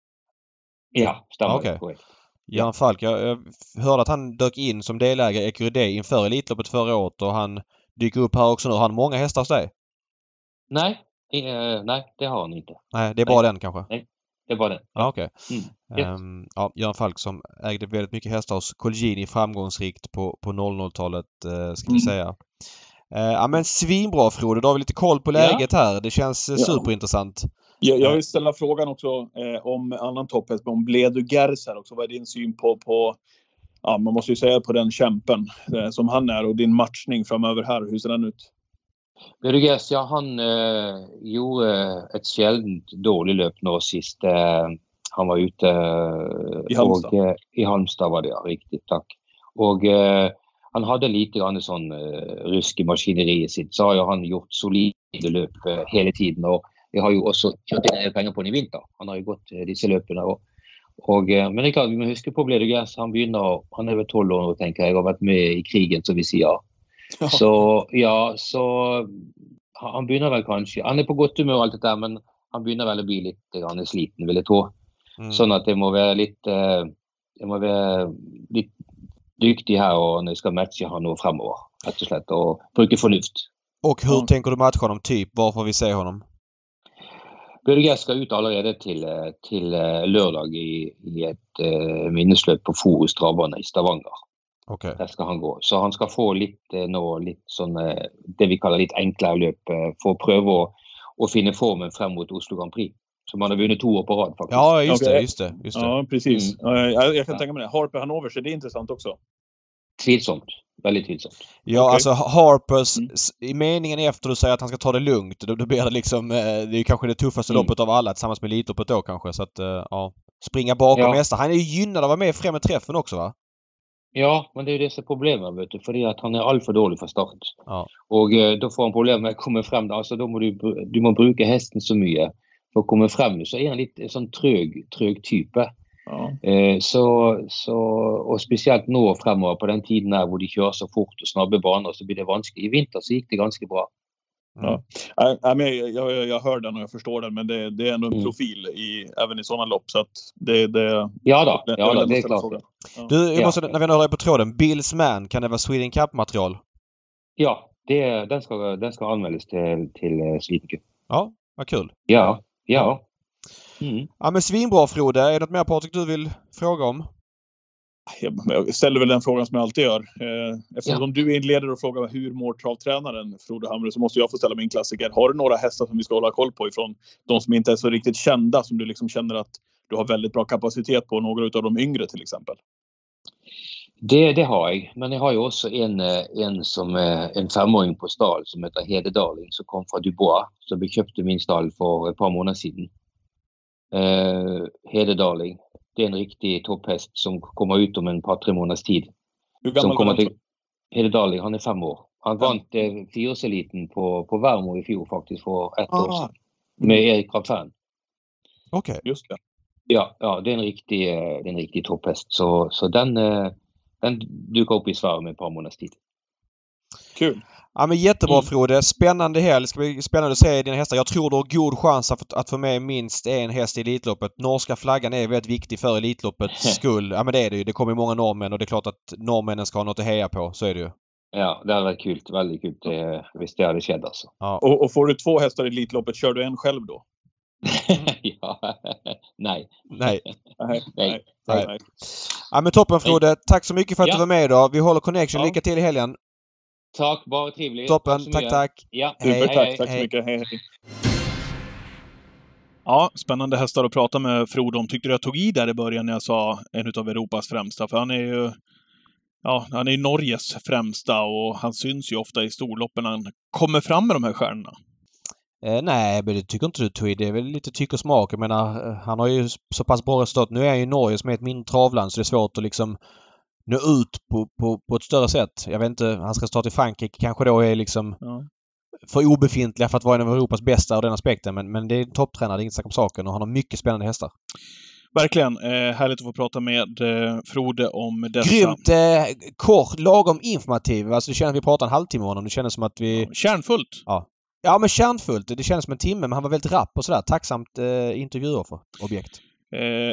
S3: Ja, stämmer.
S2: Okej.
S3: Okay.
S2: Göran Falk, jag, jag hörde att han dök in som delägare i Ecuride inför Elitloppet förra året och han dyker upp här också nu. Har han många hästar hos dig?
S3: Nej, eh, nej, det har han inte.
S2: Nej, det är bara
S3: nej.
S2: den kanske?
S3: Nej, det är bara den.
S2: Ja, okej.
S3: Okay.
S2: Mm. Um, ja, Göran Falk som ägde väldigt mycket hästar hos Colgjini framgångsrikt på, på noll noll-talet, uh, ska vi säga. Uh, ja, men svinbra, Frode. Du har vi lite koll på läget ja. här. Det känns uh, superintressant.
S1: Jag, jag vill ställa frågan också eh, om annan topphäst, om Bledu Gers här också. Vad är din syn på, på ja, man måste ju säga på den kämpen eh, som han är och din matchning framöver här. Hur ser den ut?
S3: Bledu Gers, ja, han eh, gjorde ett sjeldent dåligt löp nu sist. Eh, han var ute eh,
S1: i Halmstad.
S3: Och, eh, i Halmstad var det, ja, riktigt, tack. Och eh, han hade lite grann sån eh, rysk i maskineriet sitt. Så har han gjort solida löp eh, hela tiden och jag har ju också kört in pengar på den i vinter. Han har ju gått eh, dessa löpen och, och eh, men det är klart, vi måste huska på Bledu Gers. Han börjar, han är över tolv år och tänker jag har varit med i krigen så vi säger ja. Så ja, så han börjar väl kanske, han är på gott humör och allt det där, men han börjar väl att bli lite grann sliten, vill jag tro. Mm. Så att det må vara lite, det må vara lite duktig här och när ska matcha han nog framöver, rätt och slett, och bruka förnuft.
S2: Och hur ja. tänker du matcha honom typ? Var får vi se honom?
S3: Bledu Gers ska ut allerede till, till lördag i, i ett uh, minnesløp på Forus Travbane i Stavanger.
S2: Okay.
S3: Där ska han gå. Så han ska få lite, nå, lite sån, det vi kallar lite enklare löp för att pröva att, att finna formen fram mot Oslo Grand Prix. Som han har vunnit två år på rad faktiskt.
S2: Ja, just det. Just det, just det.
S1: Ja, precis. Mm. Jag, jag kan
S3: ja.
S1: tänka mig det. Harper Hanover, så det är intressant också.
S3: Tvivlsamt. Väldigt tvivsamt.
S2: Ja, okay. Alltså Harpers, mm. i meningen efter du säger att han ska ta det lugnt, då, då blir det liksom, det är kanske det tuffaste mm. loppet av alla tillsammans med Elitloppet då kanske. Så att, ja, springa bakom ja. Mästare. Han är ju gynnad av att vara med i främre träffen också, va?
S3: Ja, men det är ju det som är problemet, vet du, för det är att han är alltför dålig för start.
S2: Ja.
S3: Och eh, då får han problem med att komma fram där. Alltså då må du, du må bruka hästen så mycket för att komma fram. Så är han lite en sån trög, trög typ.
S1: Ja.
S3: Eh, så, så, och speciellt nå framåt på den tiden här hvor de kör så fort och snabba banor så blir det vanskligt. I vinter så gick det ganska bra.
S1: Mm. Ja. Jag, jag, jag, jag hör den och jag förstår den, men det, det är ändå en profil i, även i sådana lopp, så att det, det
S3: ja då,
S1: det,
S3: ja då, det är klart.
S2: Ja. Du, jag måste, när vi har dig på tråden, Bills Man, kan det vara Sweden Cup-material?
S3: Ja, det, den, ska, den ska anmälas till, till Sweden Cup.
S2: Ja, vad kul.
S3: Ja, ja.
S2: Mm. Ja, men svinbra, Frode. Är det något mer, Patrik, du vill fråga om?
S1: Jag ställer väl den frågan som jag alltid gör. Eftersom ja. du inleder och frågar hur mår travtränaren Frode Hamre, så måste jag få ställa min klassiker. Har du några hästar som vi ska hålla koll på ifrån de som inte är så riktigt kända, som du liksom känner att du har väldigt bra kapacitet på, några av de yngre till exempel?
S3: Det, det har jag. Men jag har ju också en, en som är en femåring på stall som heter Hede Darling, som kom från Dubois, som vi köpte min stall för ett par månader sedan. Uh, Hede Darling. Det är en riktig topphäst som kommer ut om en par, tre månaders tid.
S1: Hur gammal kommer till
S3: Hede Darling? Han är fem år. Han ja. vann eh, fyraårseliten på, på Värmo i fjol faktiskt för ett ah. år sedan. Med Erik Raffan.
S2: Okej. Okay.
S1: Just det.
S3: Ja, ja, det är en riktig, det är en riktig topphäst. Så, så den, eh, den dukar upp i Sverige med ett par månaders tid.
S1: Kul.
S2: Ja, men jättebra, mm. Frode. Spännande helg. Ska bli spännande att se dina hästar. Jag tror du har god chans att, att få med minst en häst i Elitloppet. Norska flaggan är väldigt viktig för Elitloppets skull. Ja, men det är det ju. Det kommer många norrmän och det är klart att norrmännen ska ha något att heja på. Så är det ju.
S3: Ja, det hade varit kul. Väldigt kul. Det, visst, det hade skett alltså.
S2: Ja.
S1: Och, och får du två hästar i Elitloppet, kör du en själv då?
S3: ja, nej.
S2: Nej.
S3: nej.
S2: nej. nej. nej. Ja, men toppen, Frode. Tack så mycket för att ja. du var med idag. Vi håller connection.
S3: Ja.
S2: Lycka till i helgen.
S3: Tack, bara trevligt.
S2: Toppen, tack, tack. tack.
S3: Ja.
S1: Hej, hej, tack, tack så mycket. Hej, hej. Ja, spännande hästar att prata med Frode om. Tyckte du jag tog i där i början när jag sa en av Europas främsta? För han är ju ja, han är ju Norges främsta och han syns ju ofta i storloppen när han kommer fram med de här stjärnorna.
S2: Eh, nej, men det tycker inte du, Tweed. Det är väl lite tyck och smak. Jag menar, han har ju så pass bra resultat. Nu är han ju Norge som är ett mindre travland, så det är svårt att liksom nå ut på, på, på ett större sätt. Jag vet inte, hans resultat i Frankrike kanske då är liksom ja. för obefintliga för att vara en av Europas bästa av den aspekten. Men, men det är en topptränare, det är inget snack om saken. Och han har mycket spännande hästar.
S1: Verkligen. Eh, härligt att få prata med eh, Frode om dessa.
S2: Grymt eh, kort, lagom informativ. Alltså det känns att vi pratar en halvtimme om honom. Det känns som att vi...
S1: Ja, kärnfullt.
S2: Ja. Ja, men kärnfullt. Det känns som en timme, men han var väldigt rapp och sådär. Tacksamt eh, intervjuoffer, objekt.
S1: Eh,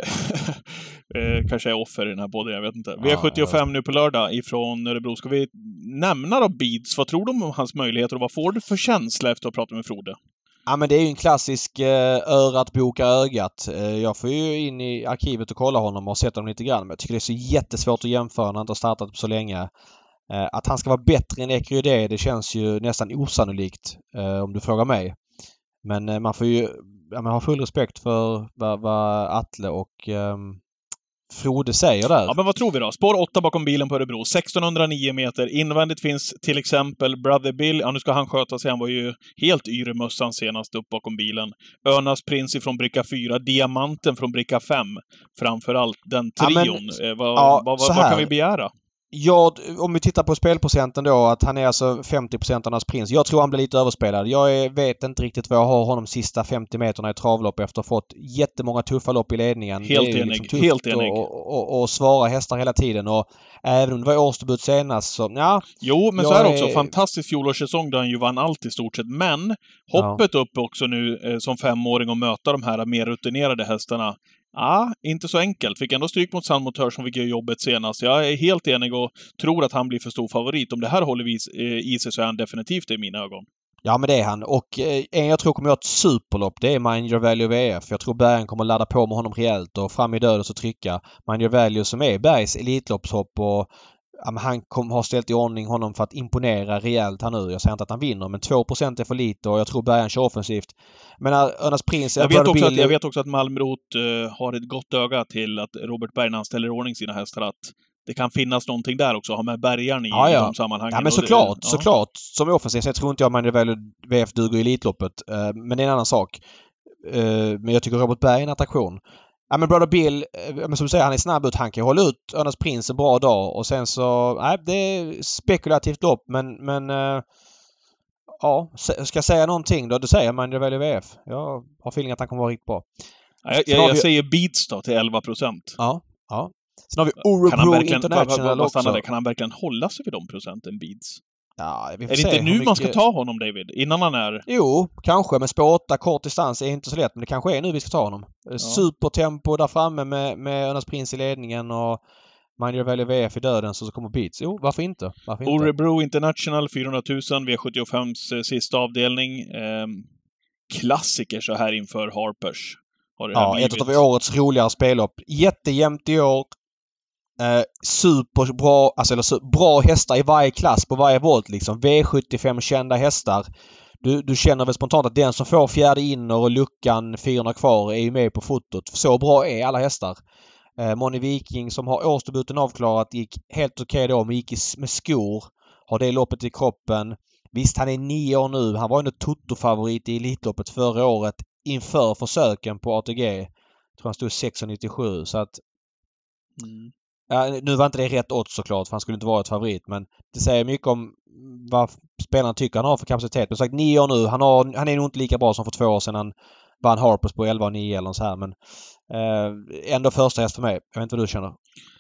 S1: eh, kanske är offer i den här podden, jag vet inte. V sjuttiofem ja, nu på lördag ifrån Örebro. Ska vi nämna då Beats? Vad tror du om hans möjligheter och vad får du för känsla efter att prata med Frode?
S2: Ja, men det är ju en klassisk eh, örat bokar ögat. Eh, jag får ju in i arkivet och kolla honom och sätta honom lite grann. Men jag tycker det är så jättesvårt att jämföra när han inte har startat på så länge. Eh, att han ska vara bättre än Ecurydé, det känns ju nästan osannolikt eh, om du frågar mig. Men eh, man får ju ja, man har full respekt för vad, vad Atle och eh, Frode säger där.
S1: Ja, men vad tror vi då? Spår åtta bakom bilen på Örebro. sextonhundranio meter. Invändigt finns till exempel Brother Bill. Ja, nu ska han sköta sig. Han var ju helt yr i mössan senast upp bakom bilen. Önas Prins från bricka fyra. Diamanten från bricka fem. Framförallt den trion. Ja, men, eh, vad, ja, vad, vad, vad kan vi begära?
S2: Ja, om vi tittar på spelprocenten då, att han är alltså femtio procent av hans Prins. Jag tror han blir lite överspelad. Jag är, vet inte riktigt vad jag har honom sista femtio meterna i travlopp efter att ha fått jättemånga tuffa lopp i ledningen.
S1: Helt
S2: det är
S1: enig.
S2: Liksom
S1: helt enig.
S2: Och, och, och svara hästar hela tiden. Och även om det var årsdebut senast så, ja.
S1: Jo, men så är det också. Är... Fantastisk fjolårssäsong där han ju vann allt i stort sett. Men hoppet ja. upp också nu eh, som femåring och möta de här mer rutinerade hästarna. Ja, inte så enkelt. Fick ändå stryk mot San Motör som fick göra jobbet senast. Jag är helt enig och tror att han blir för stor favorit. Om det här håller i sig så är han definitivt i mina ögon.
S2: Ja, men det är han. Och eh, en jag tror kommer göra ett superlopp, det är Mind Your Value V F. Jag tror Bergen kommer ladda på med honom rejält och fram i döden så trycka. Mind Your Value som är Bergs elitloppshopp och ja, han kom, har ställt i ordning honom för att imponera rejält här nu. Jag säger inte att han vinner, men två procent är för lite och jag tror Bergen kör offensivt. Men Önas Prins...
S1: Jag vet, också att, jag vet också att Malmrot uh, har ett gott öga till att Robert Berg när han ställer i ordning sina hästar att det kan finnas någonting där också, ha med Bergaren i
S2: ja, ja.
S1: de sammanhangen.
S2: Ja, men såklart, det, ja. såklart. Som är offensivt. Jag tror inte jag att V F duger i Elitloppet. Uh, men det är en annan sak. Uh, men jag tycker Robert Berg är en attraktion. Ja, men Brother Bill, men som du säger, han är snabb ut. Han kan hålla ut Önas Prins en bra dag. Och sen så, nej, det är spekulativt lopp. Men, men uh, ja, ska jag säga någonting då? Du säger man det väl i V F. Jag har feeling att han kommer vara riktigt bra.
S1: Ja, jag jag vi... säger Beats då till elva procent.
S2: Ja, ja. Sen har vi Örebro International
S1: vad,
S2: också.
S1: Vad kan han verkligen hålla sig vid de procenten Beats?
S2: Ja, vi får
S1: är det
S2: se
S1: inte nu
S2: mycket...
S1: man ska ta honom, David? Innan han är...
S2: Jo, kanske. Men spår åtta, kort distans är inte så lätt. Men det kanske är nu vi ska ta honom. Ja. Supertempo där framme med, med Önas Prins i ledningen och man gör väl i V F i döden så, så kommer Beats. Jo, varför inte? Varför inte?
S1: Örebro International fyrahundratusen, V sjuttiofems sista avdelning. Eh, klassiker så här inför Harpers. Har det
S2: ja, ett av årets roligare spellopp. Jättejämnt i år. Eh, superbra, alltså eller, så, bra hästar i varje klass på varje volt liksom. V sjuttiofem kända hästar. Du, du känner väl spontant att den som får fjärde inner och luckan fyrahundra kvar är ju med på fotot. Så bra är alla hästar. Eh, Moni Viking som har årsdebuten avklarat gick helt okej okay då, men gick med skor. Har det loppet i kroppen. Visst, han är nio år nu. Han var ju en Toto-favorit i Elitloppet förra året inför försöken på A T G. Jag tror han stod sex nittiosju så att mm. ja, nu var inte det rätt odds såklart för han skulle inte vara ett favorit, men det säger mycket om vad spelarna tycker han har för kapacitet. Men sagt nio år nu. Han, har, han är nog inte lika bra som för två år sedan han vann Harpers på elva och nio eller så här, men eh, ändå första häst för mig. Jag vet inte vad du känner.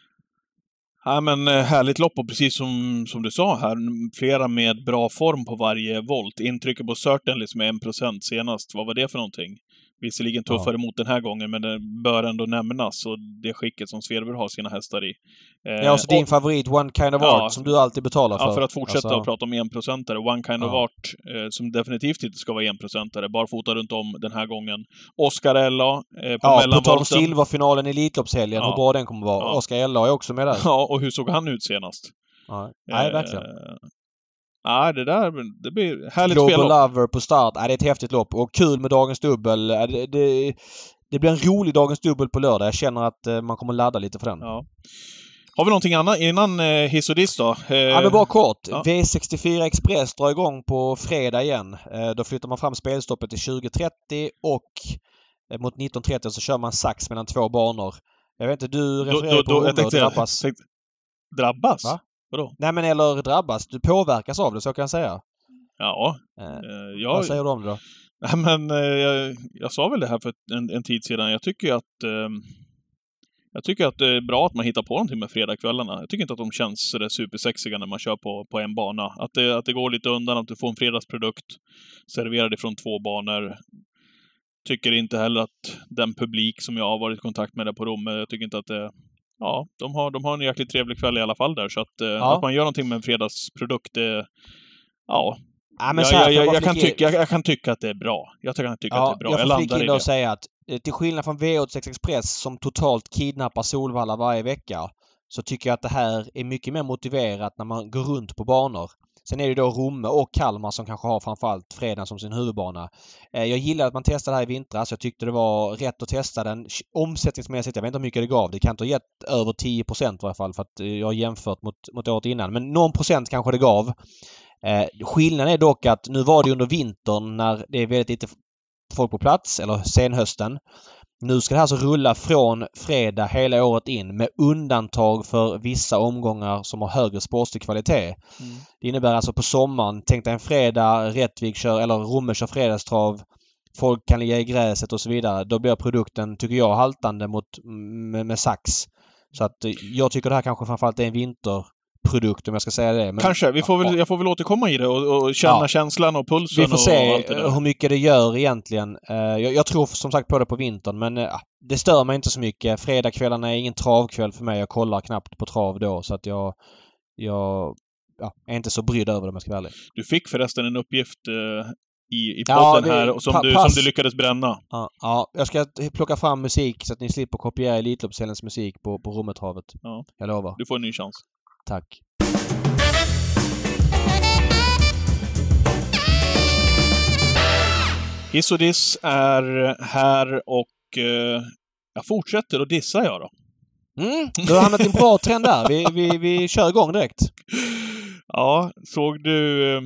S1: Ja, men härligt lopp och precis som, som du sa här, flera med bra form på varje volt. Intrycket på Certainly som är en procent senast. Vad var det för någonting? Visserligen tuffare ja. mot den här gången, men det bör ändå nämnas. Och det skicket som Sverver har sina hästar i.
S2: Eh, ja, alltså och, din favorit, One Kind of
S1: ja,
S2: Art, som du alltid betalar för.
S1: Ja, för att fortsätta
S2: alltså...
S1: att prata om enprocentare. One Kind ja. of Art, eh, som definitivt inte ska vara enprocentare. Bara fota runt om den här gången. Oscar Ella eh, på
S2: ja,
S1: mellanvolten.
S2: På tal om silverfinalen i Elitloppshelgen, ja. hur bra den kommer vara. Ja. Oscar Ella är också med där.
S1: Ja, och hur såg han ut senast?
S2: Ja. Nej, eh, verkligen.
S1: Nej, det där det blir härligt
S2: Global
S1: spellopp.
S2: Lover på start. Nej, det är ett häftigt lopp. Och kul med dagens dubbel. Det, det, det blir en rolig dagens dubbel på lördag. Jag känner att uh, man kommer ladda lite för den.
S1: Ja. Har vi någonting annat innan uh, hiss och diss då? Uh,
S2: ja, men bara kort.
S1: Ja.
S2: V sextiofyra Express drar igång på fredag igen. Uh, då flyttar man fram spelstoppet till tjugo trettio och uh, mot nitton trettio så kör man sax mellan två banor. Jag vet inte, du refererar då, då, på
S1: då,
S2: och drabbas.
S1: Tänkte, drabbas?
S2: Va?
S1: Vadå?
S2: Nej, men eller drabbas. Du påverkas av det, så kan jag säga.
S1: Ja.
S2: Uh,
S1: uh, jag...
S2: Vad säger du om det då?
S1: Nej, men uh, jag, jag sa väl det här för en, en tid sedan. Jag tycker ju att uh, Jag tycker att det är bra att man hittar på någonting med fredagskvällarna. Jag tycker inte att de känns så där supersexiga när man kör på, på en bana. Att det, att det går lite undan, att du får en fredagsprodukt serverad ifrån två banor. Tycker inte heller att den publik som jag har varit i kontakt med där på Rom, jag tycker inte att det... Ja, de har, de har en jäkligt trevlig kväll i alla fall där. Så att, ja. att man gör någonting med en fredagsprodukt, det... Ja... Ja, men jag, jag, jag, jag, kan tycka, jag, jag kan tycka att det är bra. Jag kan tycka
S2: ja,
S1: att det är bra.
S2: Jag får flika in och säga att till skillnad från V åttiosex Express som totalt kidnappar Solvalla varje vecka, så tycker jag att det här är mycket mer motiverat när man går runt på banor. Sen är det då Romme och Kalmar som kanske har framförallt fredagen som sin huvudbana. Jag gillar att man testade det här i vintras. Jag tyckte det var rätt att testa den omsättningsmässigt. Jag vet inte hur mycket det gav. Det kan inte ha gett över tio procent i alla fall, för att jag har jämfört mot, mot året innan. Men någon procent kanske det gav. Eh, skillnaden är dock att nu var det under vintern när det är väldigt lite folk på plats, eller senhösten. Nu ska det här så rulla från fredag hela året in med undantag för vissa omgångar som har högre sportslig kvalitet. Mm. Det innebär alltså på sommaren, tänk dig en fredag, Rättvik kör, eller Romme kör fredagstrav, folk kan ligga i gräset och så vidare. Då blir produkten, tycker jag, haltande mot, med, med sax. Så att jag tycker det här kanske framförallt är en vinter produkt, om jag ska säga det. Men,
S1: kanske. Vi får väl, jag får väl återkomma i det och, och känna ja. känslan och pulsen.
S2: Vi får
S1: och,
S2: se
S1: och allt det där.
S2: Hur mycket det gör egentligen. Jag, jag tror som sagt på det på vintern, men ja, det stör mig inte så mycket. Fredagskvällarna är ingen travkväll för mig. Jag kollar knappt på trav då, så att jag, jag ja, är inte så brydd över det, om jag ska vara ärlig.
S1: Du fick förresten en uppgift eh, i, i podden ja, det, här som, pa, du, som du lyckades bränna.
S2: Ja, ja, jag ska plocka fram musik så att ni slipper kopiera Elitloppshelgens musik på, på Rommetravet.
S1: Ja.
S2: Jag lovar.
S1: Du får en ny chans.
S2: Tack.
S1: Hiss och diss är här och eh, jag fortsätter och dissar jag då.
S2: Mm, du har hamnat i en bra trend där. Vi, vi, vi kör igång direkt.
S1: Ja, såg du eh,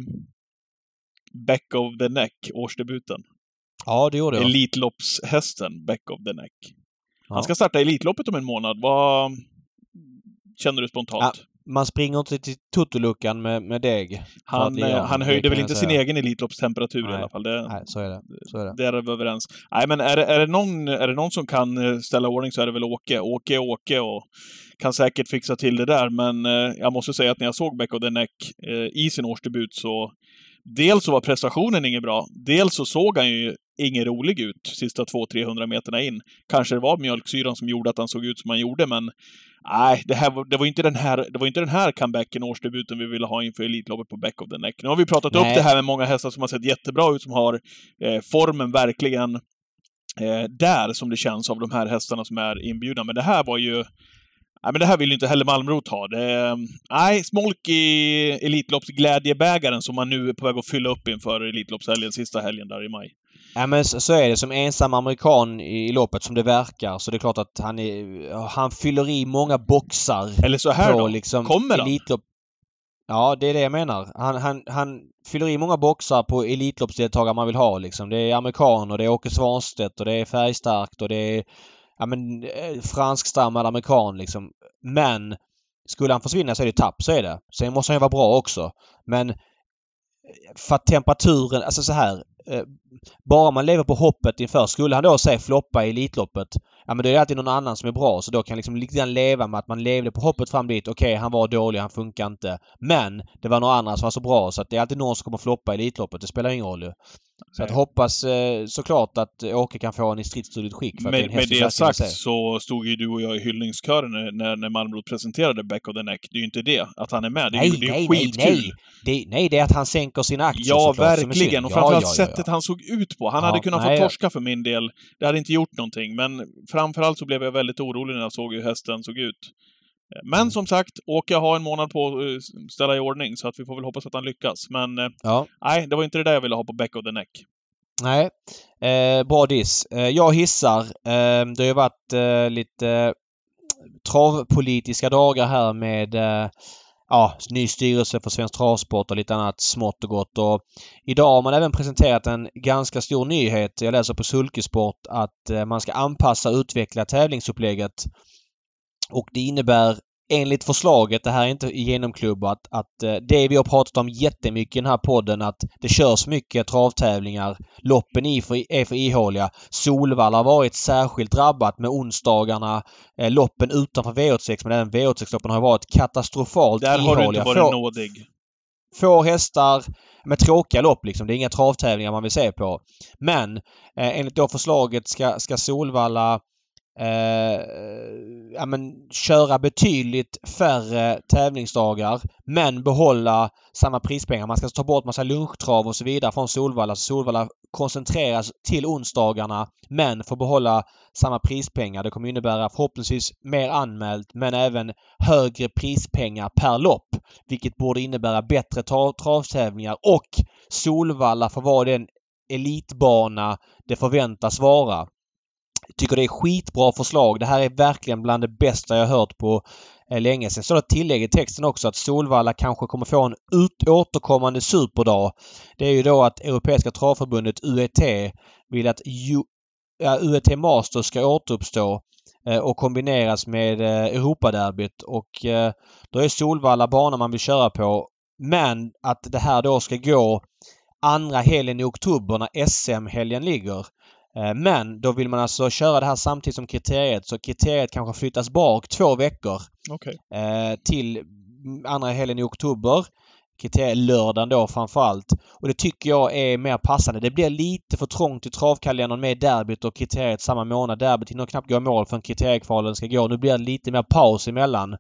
S1: Back of the Neck, årsdebuten?
S2: Ja, det gjorde jag.
S1: Elitloppshästen Back of the Neck. Ja. Han ska starta Elitloppet om en månad. Vad känner du spontant?
S2: Ja. Man springer inte till Totoluckan med, med deg.
S1: Han, han höjde väl inte sin egen Elitloppstemperatur nej, i alla fall. Det,
S2: nej, så är det. Så är det.
S1: Det är vi överens. Nej, men är det, är, det någon, är det någon som kan ställa ordning så är det väl Åke. Åke, Åke och kan säkert fixa till det där. Men eh, jag måste säga att när jag såg Back of the Neck eh, i sin årsdebut så dels så var prestationen inget bra. Dels så såg han ju ingen rolig ut sista två till trehundra meterna in. Kanske det var mjölksyran som gjorde att han såg ut som han gjorde, men nej, det, här, det, var inte den här, det var inte den här comebacken, årsdebuten vi ville ha inför Elitloppet på Back of the Neck. Nu har vi pratat nej. upp det här med många hästar som har sett jättebra ut, som har eh, formen verkligen eh, där som det känns av de här hästarna som är inbjudna. Men det här var ju nej, men det här vill ju inte heller Malmrot ha. Det, nej, smolk i Elitloppsglädjebägaren som man nu är på väg att fylla upp inför Elitloppshelgen, sista helgen där i maj.
S2: Ja, men så är det. Som ensam amerikan i loppet som det verkar, så det är klart att han är, han fyller i många boxar.
S1: Eller så här
S2: på,
S1: då.
S2: Liksom,
S1: kommer han?
S2: Elitlopp. Ja, det är det jag menar. Han, han, han fyller i många boxar på Elitloppsdeltagare man vill ha. Liksom. Det är amerikaner, det är Åke Svanstedt och det är färgstarkt och det är ja, men, franskstammad amerikan. Liksom. Men skulle han försvinna så är det tapp, så är det. Sen måste han ju vara bra också. Men för att temperaturen, alltså så här, eh, bara man lever på hoppet inför, skulle han då säga floppa i Elitloppet, ja men det är alltid någon annan som är bra, så då kan liksom lite grann leva med att man levde på hoppet fram dit. Okej, okay, han var dålig, han funkar inte. Men det var några andra som var så bra, så att det är alltid någon som kommer floppa i Elitloppet. Det spelar ingen roll ju. Så att hoppas eh, såklart att Åke kan få en i stridsdugligt skick. För
S1: med
S2: att
S1: med det sagt så stod ju du och jag i hyllningskören när, när Malmrot presenterade Back of the Neck. Det är ju inte det att han är med. Det är,
S2: nej,
S1: det är
S2: nej,
S1: skitkul.
S2: Nej, nej. Det, nej, det är att han sänker sina aktier.
S1: Ja, verkligen. Och framförallt
S2: ja, ja, ja, ja.
S1: sättet han såg ut på. Han
S2: ja,
S1: hade kunnat
S2: nej,
S1: få torska för min del. Det hade inte gjort någonting. Men framförallt så blev jag väldigt orolig när jag såg hur hästen såg ut. Men mm. som sagt, Åke har en månad på att ställa i ordning, så att vi får väl hoppas att han lyckas. Men
S2: ja.
S1: nej, det var inte det där jag ville ha på Back of the Neck.
S2: Nej, eh, bra diss. Eh, jag hissar. Eh, det har ju varit eh, lite travpolitiska dagar här med eh, ja, ny styrelse för Svensk Travsport och lite annat smått och gott. Och idag har man även presenterat en ganska stor nyhet. Jag läser på Sulkesport att eh, man ska anpassa och utveckla tävlingsupplägget. Och det innebär enligt förslaget, det här är inte genomklubbat, att eh, det vi har pratat om jättemycket i den här podden, att det körs mycket travtävlingar. Loppen är för, är för ihåliga. Solvalla har varit särskilt drabbat med onsdagarna. Eh, loppen utanför V åttiosex, men även V åttiosex-loppen har varit katastrofalt
S1: Där
S2: ihåliga.
S1: har du inte varit
S2: få,
S1: nådig.
S2: Få hästar med tråkiga lopp liksom. Det är inga travtävlingar man vill se på. Men eh, enligt då förslaget ska, ska Solvalla Eh, ja, men, köra betydligt färre tävlingsdagar men behålla samma prispengar. Man ska ta bort massa lunchtrav och så vidare från Solvalla. Så Solvalla koncentreras till onsdagarna men får behålla samma prispengar. Det kommer innebära förhoppningsvis mer anmält men även högre prispengar per lopp. Vilket borde innebära bättre tra- travtävlingar och Solvalla får vara den elitbana det förväntas vara. Jag tycker det är skitbra förslag. Det här är verkligen bland det bästa jag hört på eh, länge sedan. Så det tillägg i texten också att Solvalla kanske kommer få en ut- återkommande superdag. Det är ju då att Europeiska travförbundet U E T vill att U- ja, U E T Masters ska återuppstå eh, och kombineras med eh, Europaderbyt. Och eh, då är Solvalla banan man vill köra på. Men att det här då ska gå andra helgen i oktober när S M-helgen ligger. Men då vill man alltså köra det här samtidigt som kriteriet. Så kriteriet kanske flyttas bak två veckor
S1: okay.
S2: eh, till andra helgen i oktober. Kriteriet lördagen då framförallt. Och det tycker jag är mer passande. Det blir lite för trångt i travkalendern med derbyt och kriteriet samma månad. Derbyt hinner knappt gå i mål för en kriteriekvalen ska gå. Nu blir det lite mer paus emellan.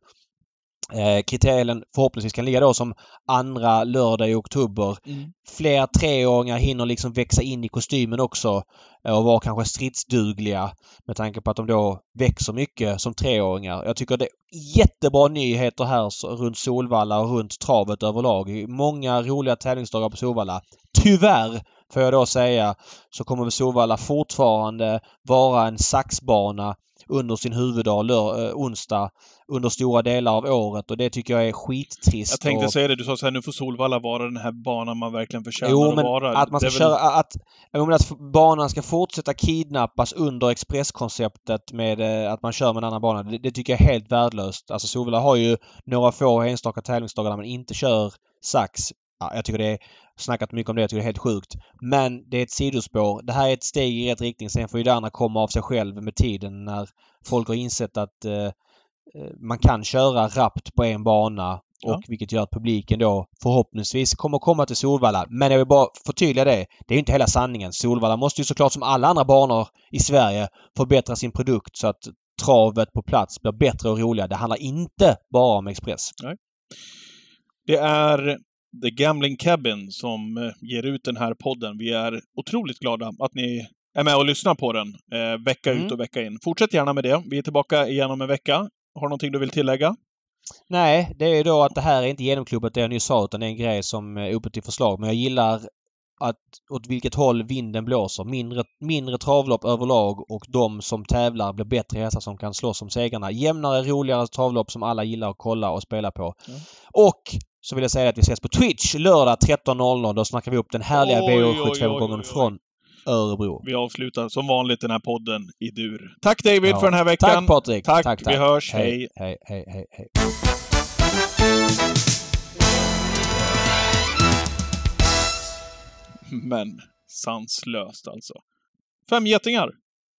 S2: Eh, kriterien förhoppningsvis kan ligga då som andra lördag i oktober. Mm. Fler treåringar hinner liksom växa in i kostymen också och vara kanske stridsdugliga med tanke på att de då växer mycket som treåringar. Jag tycker det är jättebra nyheter här runt Solvalla och runt travet överlag. Många roliga tävlingsdagar på Solvalla. Tyvärr får jag då säga så kommer Solvalla fortfarande vara en saxbana under sin huvuddag lör, äh, onsdag under stora delar av året och det tycker jag är skittrist.
S1: Jag tänkte
S2: och...
S1: säga det, du sa så här, nu får Solvalla vara den här banan man verkligen förtjänar
S2: jo,
S1: att
S2: men
S1: vara.
S2: Att man ska
S1: väl...
S2: köra, att, jag menar att banan ska fortsätta kidnappas under expresskonceptet med eh, att man kör med en annan bana. Det, det tycker jag är helt värdelöst. Alltså Solvalla har ju några få enstaka tävlingsdagar där man inte kör sax. Ja, jag tycker det är snackat mycket om det. Jag tycker det är helt sjukt. Men det är ett sidospår. Det här är ett steg i rätt riktning. Sen får ju det andra komma av sig själv med tiden när folk har insett att eh, man kan köra rappt på en bana och ja. Vilket gör att publiken då förhoppningsvis kommer komma till Solvalla. Men jag vill bara förtydliga det. Det är inte hela sanningen. Solvalla måste ju såklart som alla andra banor i Sverige förbättra sin produkt så att travet på plats blir bättre och roligare. Det handlar inte bara om Express.
S1: Nej. Det är The Gambling Cabin som ger ut den här podden. Vi är otroligt glada att ni är med och lyssnar på den eh, vecka mm. ut och vecka in. Fortsätt gärna med det. Vi är tillbaka igen om en vecka. Har du någonting du vill tillägga?
S2: Nej, det är då att det här är inte genomklubbat det jag nyss sa utan det är en grej som är uppe till förslag. Men jag gillar att åt vilket håll vinden blåser. Mindre, mindre travlopp överlag och de som tävlar blir bättre hästar som kan slåss om segrarna. Jämnare, roligare travlopp som alla gillar att kolla och spela på. Mm. Och så vill jag säga att vi ses på Twitch lördag tretton noll noll. Då snackar vi upp den härliga V O sjuttiotvå-gången från Örebro.
S1: Vi avslutar som vanligt den här podden i dur. Tack David ja. för den här veckan.
S2: Tack Patrik.
S1: Tack,
S2: tack,
S1: vi
S2: tack.
S1: hörs.
S2: Hej, hej, hej, hej, hej.
S1: Men sanslöst alltså. Fem getingar.